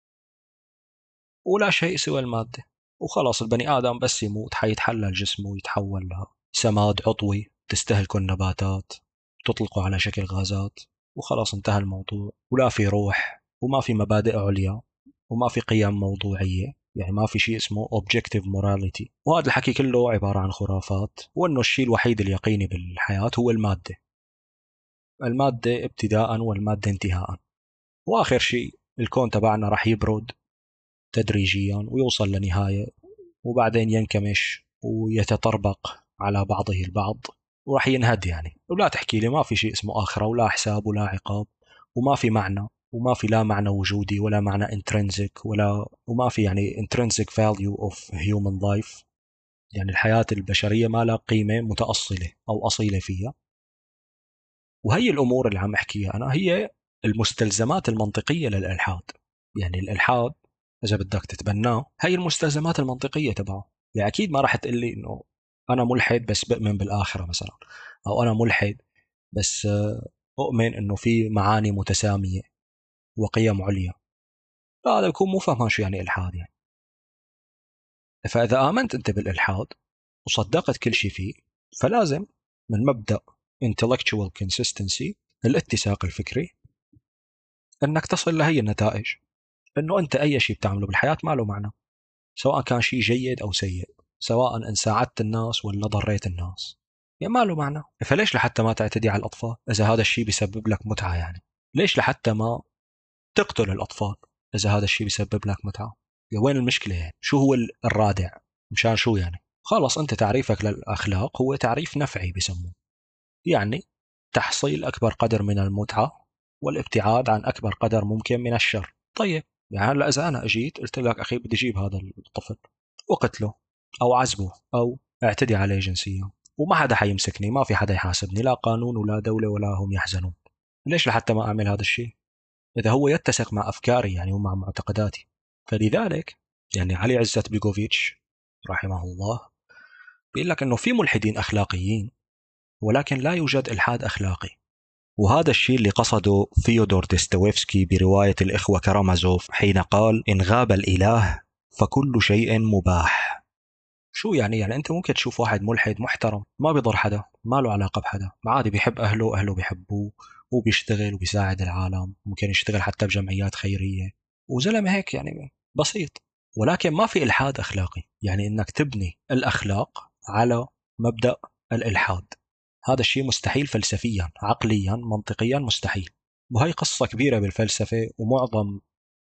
ولا شيء سوى المادة. وخلاص البني آدم بس يموت حيتحلل جسمه ويتحول لسماد عضوي تستهلكه النباتات، تطلقه على شكل غازات، وخلاص انتهى الموضوع. ولا في روح، وما في مبادئ عليا، وما في قيم موضوعية، يعني ما في شيء اسمه objective morality. وهذا الحكي كله عبارة عن خرافات، وأنه الشيء الوحيد اليقيني بالحياة هو المادة. المادة ابتداء والمادة انتهاء. وآخر شيء الكون تبعنا راح يبرد تدريجيا ويوصل لنهاية، وبعدين ينكمش ويتطربق على بعضه البعض وراح ينهد يعني. ولا تحكي لي ما في شيء اسمه آخرة، ولا حساب ولا عقاب، وما في معنى، وما في لا معنى وجودي ولا معنى intrinsic، وما في يعني intrinsic value of human life، يعني الحياة البشرية ما لها قيمة متأصلة أو أصيلة فيها. وهي الأمور اللي عم أحكيها أنا هي المستلزمات المنطقية للإلحاد. يعني الإلحاد إذا بدك تتبناه هي المستلزمات المنطقية تبعه. يعني أكيد ما راح تقول لي إنه أنا ملحد بس بؤمن بالآخرة مثلا، أو أنا ملحد بس أؤمن إنه في معاني متسامية وقيم عليا. لا، هذا يكون مو فاهم شو يعني إلحاد يعني. فإذا آمنت أنت بالإلحاد وصدقت كل شيء فيه، فلازم من مبدأ intellectual consistency، الاتساق الفكري، انك تصل لهي النتائج، انه انت اي شيء بتعمله بالحياه ما له معنى، سواء كان شيء جيد او سيء، سواء ان ساعدت الناس ولا ضريت الناس، يعني ما له معنى. فليش لحتى ما تعتدي على الاطفال اذا هذا الشيء بيسبب لك متعه؟ يعني ليش لحتى ما تقتل الاطفال اذا هذا الشيء بيسبب لك متعه؟ يعني وين المشكله؟ يعني شو هو الرادع؟ مشان شو يعني؟ خلاص انت تعريفك للاخلاق هو تعريف نفعي بسموه، يعني تحصيل اكبر قدر من المتعه والابتعاد عن اكبر قدر ممكن من الشر. طيب، يعني هلا اذا انا اجيت قلت لك اخي بدي اجيب هذا الطفل وقتله او عذبه او اعتدي عليه جنسيا، وما حدا حيمسكني، ما في حدا يحاسبني، لا قانون ولا دولة ولا هم يحزنون، ليش لحتى ما اعمل هذا الشيء اذا هو يتسق مع افكاري يعني ومع معتقداتي؟ فلذلك يعني علي عزت بيغوفيتش رحمه الله بيقول لك انه في ملحدين اخلاقيين، ولكن لا يوجد الحاد اخلاقي. وهذا الشيء اللي قصده فيودور ديستويفسكي برواية الإخوة كرامازوف حين قال: إن غاب الإله فكل شيء مباح. شو يعني؟ يعني أنت ممكن تشوف واحد ملحد محترم ما بيضر حدا، ما له علاقة بحدا، عادي بيحب أهله، أهله بيحبوه، وبيشتغل وبيساعد العالم، ممكن يشتغل حتى بجمعيات خيرية، وزلمة هيك يعني بسيط. ولكن ما في إلحاد أخلاقي، يعني إنك تبني الأخلاق على مبدأ الإلحاد، هذا الشيء مستحيل فلسفيا، عقليا، منطقيا مستحيل. وهي قصة كبيرة بالفلسفة، ومعظم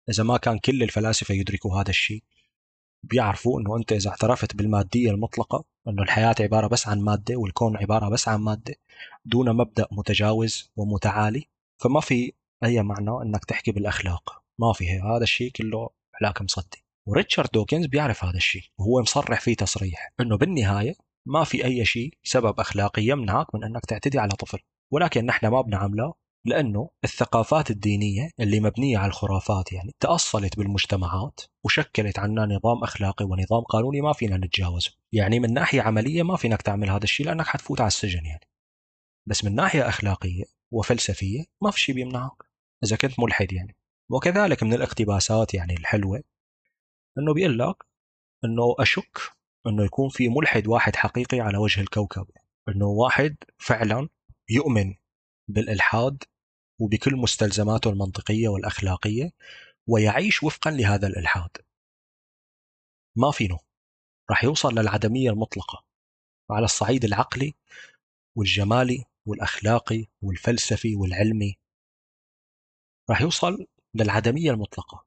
إذا ما كان كل الفلاسفة يدركوا هذا الشيء، بيعرفوا أنه أنت إذا اعترفت بالمادية المطلقة، أنه الحياة عبارة بس عن مادة والكون عبارة بس عن مادة دون مبدأ متجاوز ومتعالي، فما في أي معنى أنك تحكي بالأخلاق. ما في هذا الشيء كله علاقة مصدي. وريتشارد دوكنز بيعرف هذا الشيء، وهو مصرح فيه تصريح أنه بالنهاية ما في أي شيء سبب أخلاقي يمنعك من أنك تعتدي على طفل، ولكن نحن ما بنعمله لأنه الثقافات الدينية اللي مبنية على الخرافات يعني تأصلت بالمجتمعات وشكلت عنا نظام أخلاقي ونظام قانوني ما فينا نتجاوزه. يعني من ناحية عملية ما فينك تعمل هذا الشيء لأنك حتفوت على السجن يعني، بس من ناحية أخلاقية وفلسفية ما في شيء بيمنعك إذا كنت ملحد يعني. وكذلك من الاقتباسات يعني الحلوة أنه بيقول لك أنه أشك أنه يكون في ملحد واحد حقيقي على وجه الكوكب، أنه واحد فعلا يؤمن بالإلحاد وبكل مستلزماته المنطقية والأخلاقية ويعيش وفقا لهذا الإلحاد. ما فينه، راح يوصل للعدمية المطلقة على الصعيد العقلي والجمالي والأخلاقي والفلسفي والعلمي، راح يوصل للعدمية المطلقة.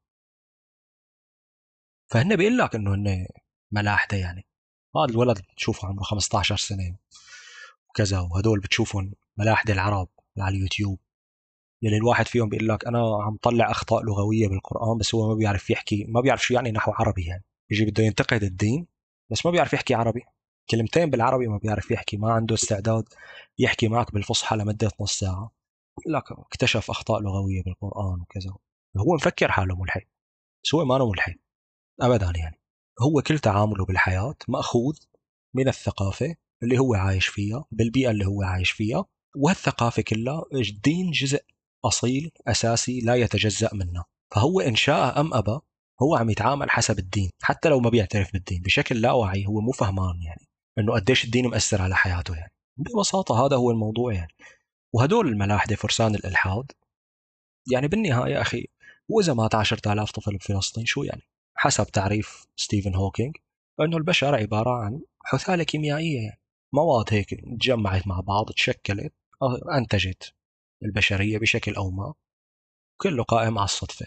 فهن بيقول لك إنه هن ملاحدة يعني. هذا الولد بتشوفه عمره 15 سنة وكذا، وهدول بتشوفهم ملاحدة العرب على اليوتيوب، يلي الواحد فيهم بيقول لك أنا عم طلع أخطاء لغوية بالقرآن بس هو ما بيعرف يحكي، ما بيعرف شو يعني نحو عربي يعني، يجي بده ينتقد الدين بس ما بيعرف يحكي عربي، كلمتين بالعربي ما بيعرف يحكي، ما عنده استعداد يحكي معك بالفصحى لمدة نص ساعة، لك اكتشف أخطاء لغوية بالقرآن وكذا. هو مفكر حاله ملحد بس هو ما له ملحد أبدا يعني. هو كل تعامله بالحياة مأخوذ من الثقافة اللي هو عايش فيها بالبيئة اللي هو عايش فيها، وهالثقافة كلها الدين جزء أصيل أساسي لا يتجزأ منه. فهو إن شاء أم أبى هو عم يتعامل حسب الدين، حتى لو ما بيعترف بالدين بشكل لا واعي، هو مو فهمان يعني إنه قديش الدين مؤثر على حياته يعني. ببساطة هذا هو الموضوع يعني. وهدول الملاحدة فرسان الإلحاد يعني بالنهاية أخي، وإذا مات 10,000 طفل بفلسطين شو يعني؟ حسب تعريف ستيفن هوكينج أنه البشر عبارة عن حثالة كيميائية يعني، مواد هيك تجمعت مع بعض تشكلت أنتجت البشرية بشكل أو ما، كله قائم على الصدفة.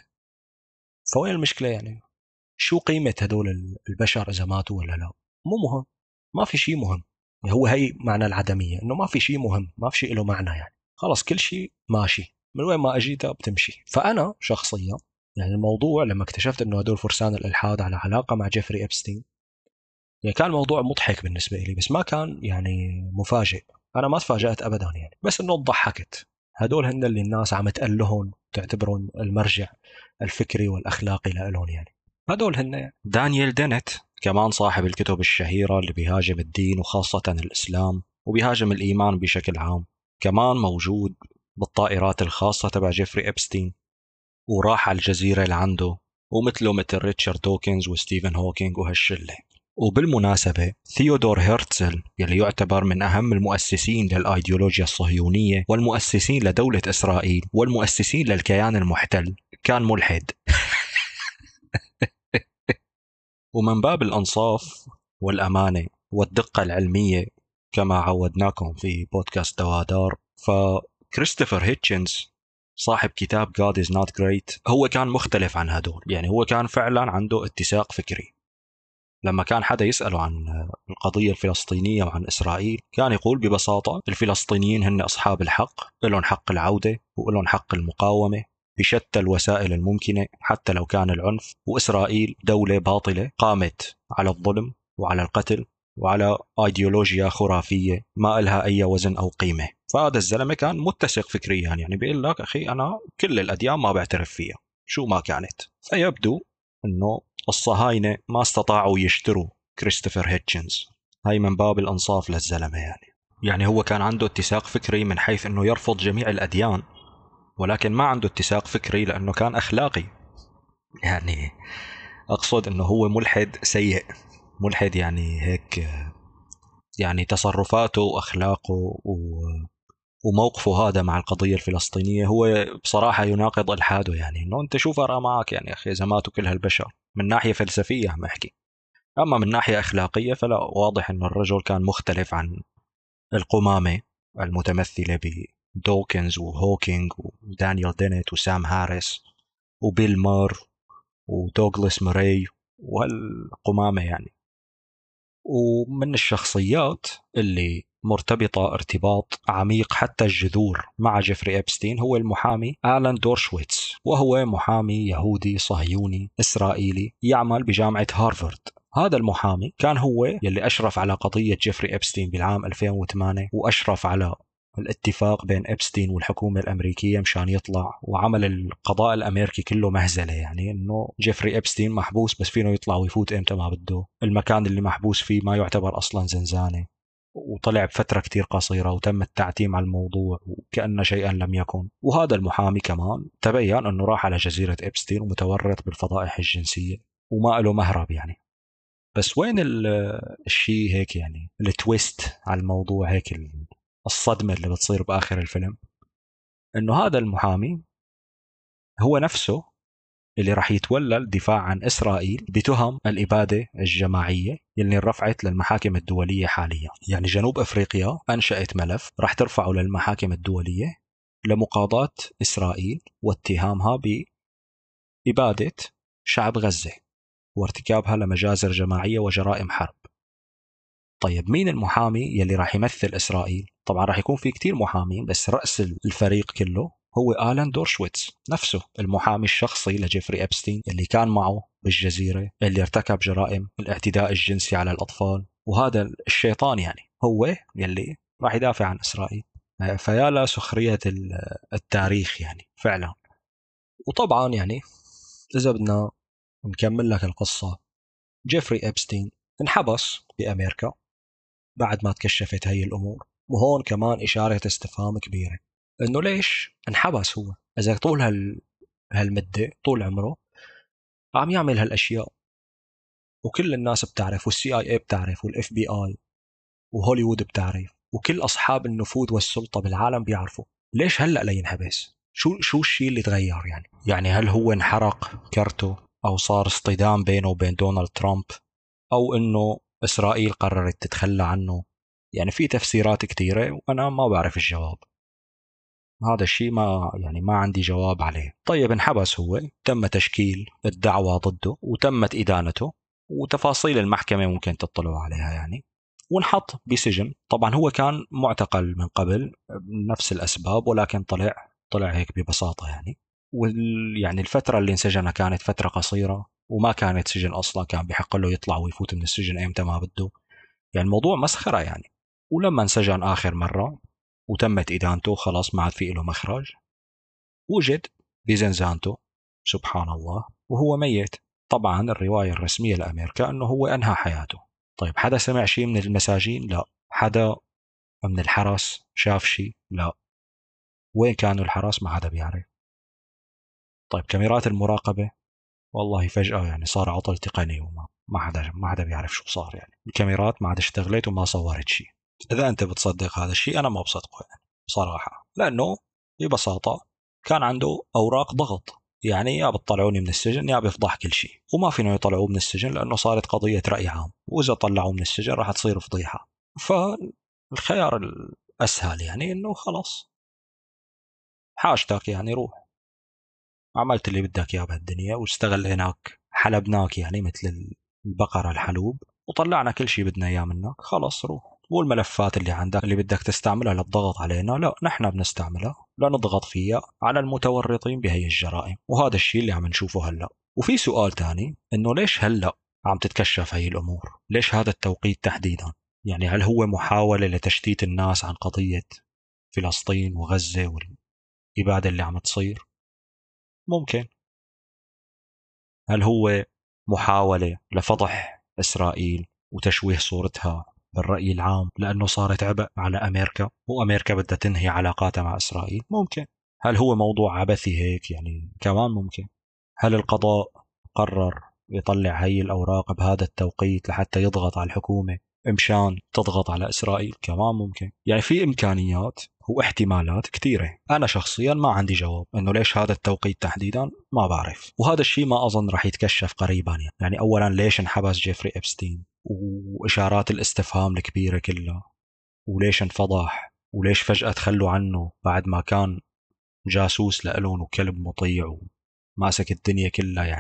فوين المشكلة يعني؟ شو قيمة هدول البشر إذا ماتوا ولا لا؟ مو مهم، ما في شيء مهم. هو هي معنى العدمية، إنه ما في شيء مهم، ما في شيء له معنى يعني، خلص كل شيء ماشي من وين ما أجيتها بتمشي. فأنا شخصيا يعني الموضوع لما اكتشفت إنه هدول فرسان الإلحاد على علاقة مع جيفري إبستين، يعني كان الموضوع مضحك بالنسبة لي بس ما كان يعني مفاجئ. أنا ما تفاجأت أبدا يعني، بس إنه ضحكت. هدول هن اللي الناس عم تقلهم تعتبرهم المرجع الفكري والأخلاقي لهم يعني. هدول هن دانيال دينيت، كمان صاحب الكتب الشهيرة اللي بيهاجم الدين وخاصة الإسلام وبيهاجم الإيمان بشكل عام، كمان موجود بالطائرات الخاصة تبع جيفري إبستين وراح على الجزيرة اللي عنده، ومثله مثل ريتشارد دوكنز وستيفن هوكينج وهالشلة. وبالمناسبة ثيودور هيرتزل يلي يعتبر من أهم المؤسسين للأيديولوجيا الصهيونية والمؤسسين لدولة إسرائيل والمؤسسين للكيان المحتل كان ملحد. ومن باب الأنصاف والأمانة والدقة العلمية كما عودناكم في بودكاست دوادار، فكريستوفر هيتشنز صاحب كتاب God is not great هو كان مختلف عن هدول يعني. هو كان فعلا عنده اتساق فكري. لما كان حدا يسأله عن القضية الفلسطينية وعن إسرائيل كان يقول ببساطة الفلسطينيين هن أصحاب الحق، لهم حق العودة ولهم حق المقاومة بشتى الوسائل الممكنة حتى لو كان العنف، وإسرائيل دولة باطلة قامت على الظلم وعلى القتل وعلى أيديولوجيا خرافية ما إلها أي وزن أو قيمة. فهذا الزلمة كان متسق فكريا يعني بيقول لك أخي أنا كل الأديان ما بعترف فيها شو ما كانت. فيبدو أنه الصهاينة ما استطاعوا يشتروا كريستوفر هيتشنز. هاي من باب الأنصاف للزلمة يعني هو كان عنده اتساق فكري من حيث أنه يرفض جميع الأديان، ولكن ما عنده اتساق فكري لأنه كان أخلاقي يعني. أقصد أنه هو ملحد سيء، ملحد يعني هيك يعني تصرفاته وأخلاقه وموقفه هذا مع القضية الفلسطينية هو بصراحة يناقض إلحاده يعني. إنه أنت شو فرق معك يعني أخي إذا ماتوا كل هالبشر؟ من ناحية فلسفية عم أحكي، أما من ناحية أخلاقية فلا، واضح أن الرجل كان مختلف عن القمامة المتمثلة بدوكنز وهوكينج ودانيال دينيت وسام هاريس وبيل مار ودوغلاس موري والقمامة يعني. ومن الشخصيات اللي مرتبطة ارتباط عميق حتى الجذور مع جيفري إبستين هو المحامي آلان دورشويتس، وهو محامي يهودي صهيوني إسرائيلي يعمل بجامعة هارفارد. هذا المحامي كان هو يلي أشرف على قضية جيفري إبستين بالعام 2008، وأشرف على الاتفاق بين إبستين والحكومة الأمريكية مشان يطلع، وعمل القضاء الأمريكي كله مهزلة، يعني إنه جيفري إبستين محبوس بس فينه يطلع ويفوت إمتى ما بده، المكان اللي محبوس فيه ما يعتبر أصلا زنزانة، وطلع بفترة كتير قصيرة وتم التعتيم على الموضوع وكأن شيئا لم يكن. وهذا المحامي كمان تبين أنه راح على جزيرة إبستين ومتورط بالفضائح الجنسية وما له مهرب يعني. بس وين الشيء هيك يعني التويست على الموضوع هيك، الصدمة اللي بتصير بآخر الفيلم، إنه هذا المحامي هو نفسه اللي راح يتولى الدفاع عن إسرائيل بتهم الإبادة الجماعية اللي رفعت للمحاكم الدولية حاليا. يعني جنوب أفريقيا أنشأت ملف راح ترفعه للمحاكم الدولية لمقاضاة إسرائيل واتهامها بإبادة شعب غزة وارتكابها لمجازر جماعية وجرائم حرب. طيب مين المحامي يلي راح يمثل إسرائيل؟ طبعا راح يكون في كتير محامين، بس رأس الفريق كله هو آلان دورشويتس نفسه، المحامي الشخصي لجيفري أبستين اللي كان معه بالجزيرة، اللي ارتكب جرائم الاعتداء الجنسي على الأطفال، وهذا الشيطان يعني هو يلي راح يدافع عن إسرائيل. فيا لا سخرية التاريخ يعني فعلا. وطبعا يعني إذا بدنا نكمل لك القصة، جيفري أبستين انحبس بأمريكا بعد ما تكشفت هي الأمور، وهون كمان إشارة استفهام كبيرة، إنه ليش انحبس هو إذا طول هالمدة طول عمره عم يعمل هالأشياء، وكل الناس بتعرف، والسي آي اي بتعرف، والاف بي آي وهوليوود بتعرف، وكل أصحاب النفوذ والسلطة بالعالم بيعرفوا. ليش هلأ لينحبس؟ شو الشيء اللي تغير يعني هل هو انحرق كرته، أو صار اصطدام بينه وبين دونالد ترامب، أو إنه إسرائيل قررت تتخلى عنه؟ يعني في تفسيرات كثيرة وأنا ما بعرف الجواب. هذا الشيء ما عندي جواب عليه. طيب انحبس هو، تم تشكيل الدعوة ضده وتمت إدانته، وتفاصيل المحكمة ممكن تطلعوا عليها يعني، وانحط بسجن. طبعا هو كان معتقل من قبل بنفس الأسباب، ولكن طلع هيك ببساطة يعني. يعني الفترة اللي انسجنها كانت فترة قصيرة، وما كانت سجن أصلا، كان بحق له يطلع ويفوت من السجن أيمتى ما بده. يعني الموضوع مسخرة يعني. ولما انسجن آخر مرة وتمت إدانته خلاص ما عاد في له مخرج، وجد بزنزانته سبحان الله وهو ميت. طبعا الرواية الرسمية لأمريكا أنه هو أنهى حياته. طيب حدا سمع شيء من المساجين؟ لا. حدا من الحرس شاف شيء؟ لا. وين كانوا الحرس؟ ما حدا بيعرف. طيب كاميرات المراقبة؟ والله فجأة يعني صار عطل تقني، وما ما حدا بيعرف شو صار، يعني الكاميرات ما عاد اشتغلت وما صورت شيء. إذا أنت بتصدق هذا الشيء أنا ما بصدقه يعني بصراحة، لأنه ببساطة كان عنده أوراق ضغط، يعني يا بتطلعوني من السجن يا بيفضح كل شيء، وما فينا يطلعوه من السجن لأنه صارت قضية رأي عام، وإذا طلعوه من السجن راح تصير فضيحة. فالخيار الأسهل يعني إنه خلاص حاجتك يعني روح، عملت اللي بدك إياه بهالدنيا واستغليناك، حلبناك يعني مثل البقرة الحلوب، وطلعنا كل شيء بدنا إياه منك، خلاص روح. والملفات اللي عندك اللي بدك تستعملها للضغط علينا، لا نحن بنستعملها لنضغط فيها على المتورطين بهي الجرائم، وهذا الشيء اللي عم نشوفه هلا. وفي سؤال تاني، انه ليش هلا عم تتكشف هي الامور؟ ليش هذا التوقيت تحديدا؟ يعني هل هو محاولة لتشتيت الناس عن قضية فلسطين وغزة والإبادة اللي عم تصير؟ ممكن. هل هو محاولة لفضح إسرائيل وتشويه صورتها بالرأي العام لأنه صارت عبء على أمريكا، وأمريكا بدها تنهي علاقاتها مع إسرائيل؟ ممكن. هل هو موضوع عبثي هيك يعني؟ كمان ممكن. هل القضاء قرر يطلع هي الأوراق بهذا التوقيت لحتى يضغط على الحكومة مشان تضغط على إسرائيل؟ كمان ممكن. يعني في إمكانيات واحتمالات كثيرة. أنا شخصيا ما عندي جواب إنه ليش هذا التوقيت تحديدا، ما بعرف. وهذا الشيء ما أظن راح يتكشف قريبا يعني أولا ليش انحبس جيفري إبستين، وإشارات الاستفهام الكبيرة كلها، وليش انفضح، وليش فجأة تخلوا عنه بعد ما كان جاسوس لألون وكلب مطيع وماسك الدنيا كلها يعني.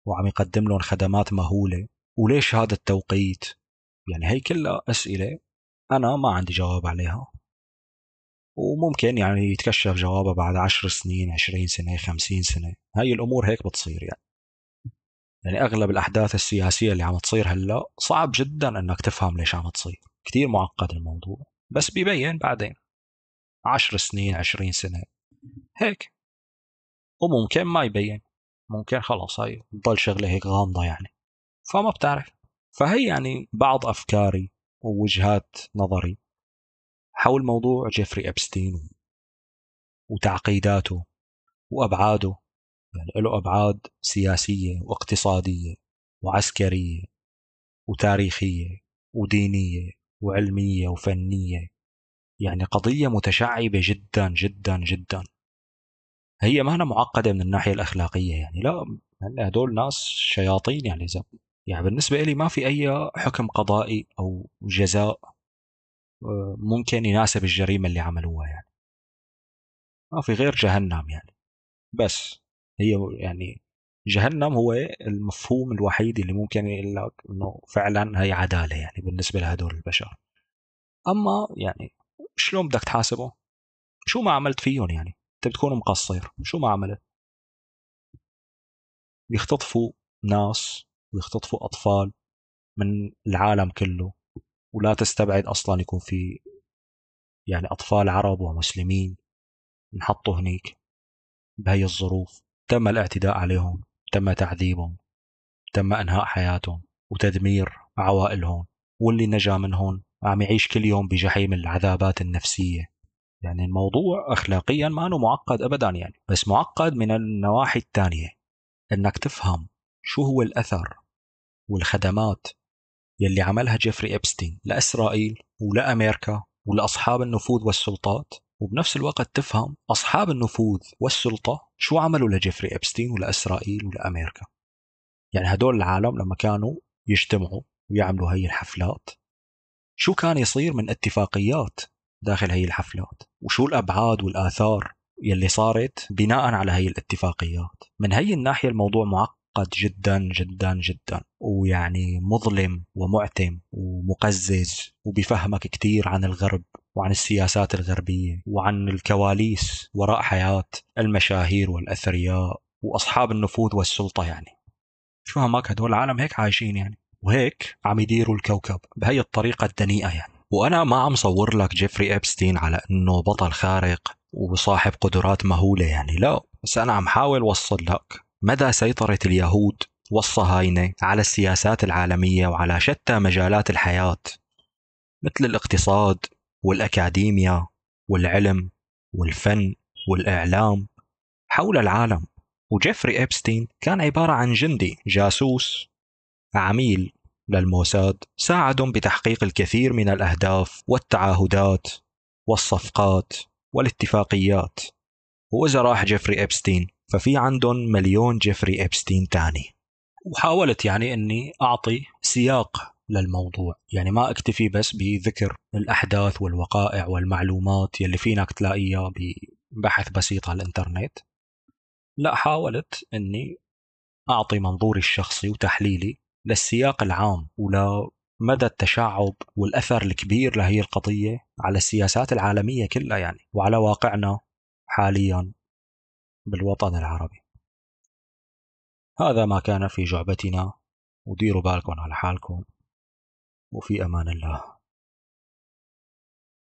وعم يقدم لهم خدمات مهولة، وليش هذا التوقيت؟ يعني هي كلها أسئلة أنا ما عندي جواب عليها، وممكن يعني يتكشف جوابها بعد 10 سنين، 20 سنة، 50 سنة. هاي الأمور هيك بتصير يعني أغلب الأحداث السياسية اللي عم تصير هلأ صعب جدا أنك تفهم ليش عم تصير، كتير معقد الموضوع، بس بيبين بعدين 10 سنين، 20 سنة هيك. وممكن ما يبين، ممكن خلاص هاي تضل شغلة هيك غامضة يعني، فما بتعرف. فهي يعني بعض أفكاري ووجهات نظري حول موضوع جيفري أبستين وتعقيداته وأبعاده. يعني له أبعاد سياسية واقتصادية وعسكرية وتاريخية ودينية وعلمية وفنية، يعني قضية متشعبة جدا جدا جدا. هي ما هنا معقدة من الناحية الأخلاقية يعني، لا، هدول ناس شياطين يعني يعني بالنسبة لي ما في أي حكم قضائي أو جزاء ممكن يناسب الجريمة اللي عملوها يعني، ما في غير جهنم يعني. بس هي يعني جهنم هو المفهوم الوحيد اللي ممكن يقول لك انه فعلا هي عدالة يعني بالنسبة لهدول البشر. اما يعني شلون بدك تحاسبه؟ شو ما عملت فيهم يعني؟ انت بتكون مقصر، شو ما عملت؟ بيختطفوا ناس ويختطفوا اطفال من العالم كله، ولا تستبعد اصلا يكون في يعني اطفال عرب ومسلمين انحطوا هنيك بهي الظروف، تم الاعتداء عليهم، تم تعذيبهم، تم انهاء حياتهم وتدمير عوائلهم، واللي نجا منهم عم يعيش كل يوم بجحيم العذابات النفسية. يعني الموضوع أخلاقيا ما أنه معقد أبدا يعني، بس معقد من النواحي الثانية، أنك تفهم شو هو الأثر والخدمات يلي عملها جيفري إبستين لإسرائيل ولأمريكا ولأصحاب النفوذ والسلطات، وبنفس الوقت تفهم أصحاب النفوذ والسلطة شو عملوا لجيفري إبستين ولإسرائيل ولأمريكا. يعني هدول العالم لما كانوا يجتمعوا ويعملوا هي الحفلات، شو كان يصير من اتفاقيات داخل هي الحفلات، وشو الأبعاد والآثار يلي صارت بناء على هي الاتفاقيات. من هي الناحية الموضوع معقد جدا جدا جدا، ويعني مظلم ومعتم ومقزز، وبيفهمك كتير عن الغرب وعن السياسات الغربية وعن الكواليس وراء حياة المشاهير والأثرياء وأصحاب النفوذ والسلطة يعني. شو همك هدول العالم هيك عايشين يعني، وهيك عم يديروا الكوكب بهي الطريقة الدنيئة يعني. وأنا ما عم صور لك جيفري إبستين على أنه بطل خارق وصاحب قدرات مهولة يعني، لا، بس أنا عم حاول وصل لك مدى سيطرة اليهود والصهاينة على السياسات العالمية وعلى شتى مجالات الحياة، مثل الاقتصاد والأكاديميا والعلم والفن والإعلام حول العالم. وجيفري إبستين كان عبارة عن جندي جاسوس عميل للموساد، ساعدهم بتحقيق الكثير من الأهداف والتعاهدات والصفقات والاتفاقيات. وإذا راح جيفري إبستين ففي عندهم مليون جيفري إبستين تاني. وحاولت يعني أني أعطي سياق للموضوع، يعني ما أكتفي بس بذكر الأحداث والوقائع والمعلومات يلي فينك تلاقيها ببحث بسيط على الإنترنت، لا، حاولت أني أعطي منظوري الشخصي وتحليلي للسياق العام ولمدى التشعب والأثر الكبير لهي القضية على السياسات العالمية كلها يعني، وعلى واقعنا حاليا بالوطن العربي. هذا ما كان في جعبتنا، وديروا بالكم على حالكم، وفي أمان الله.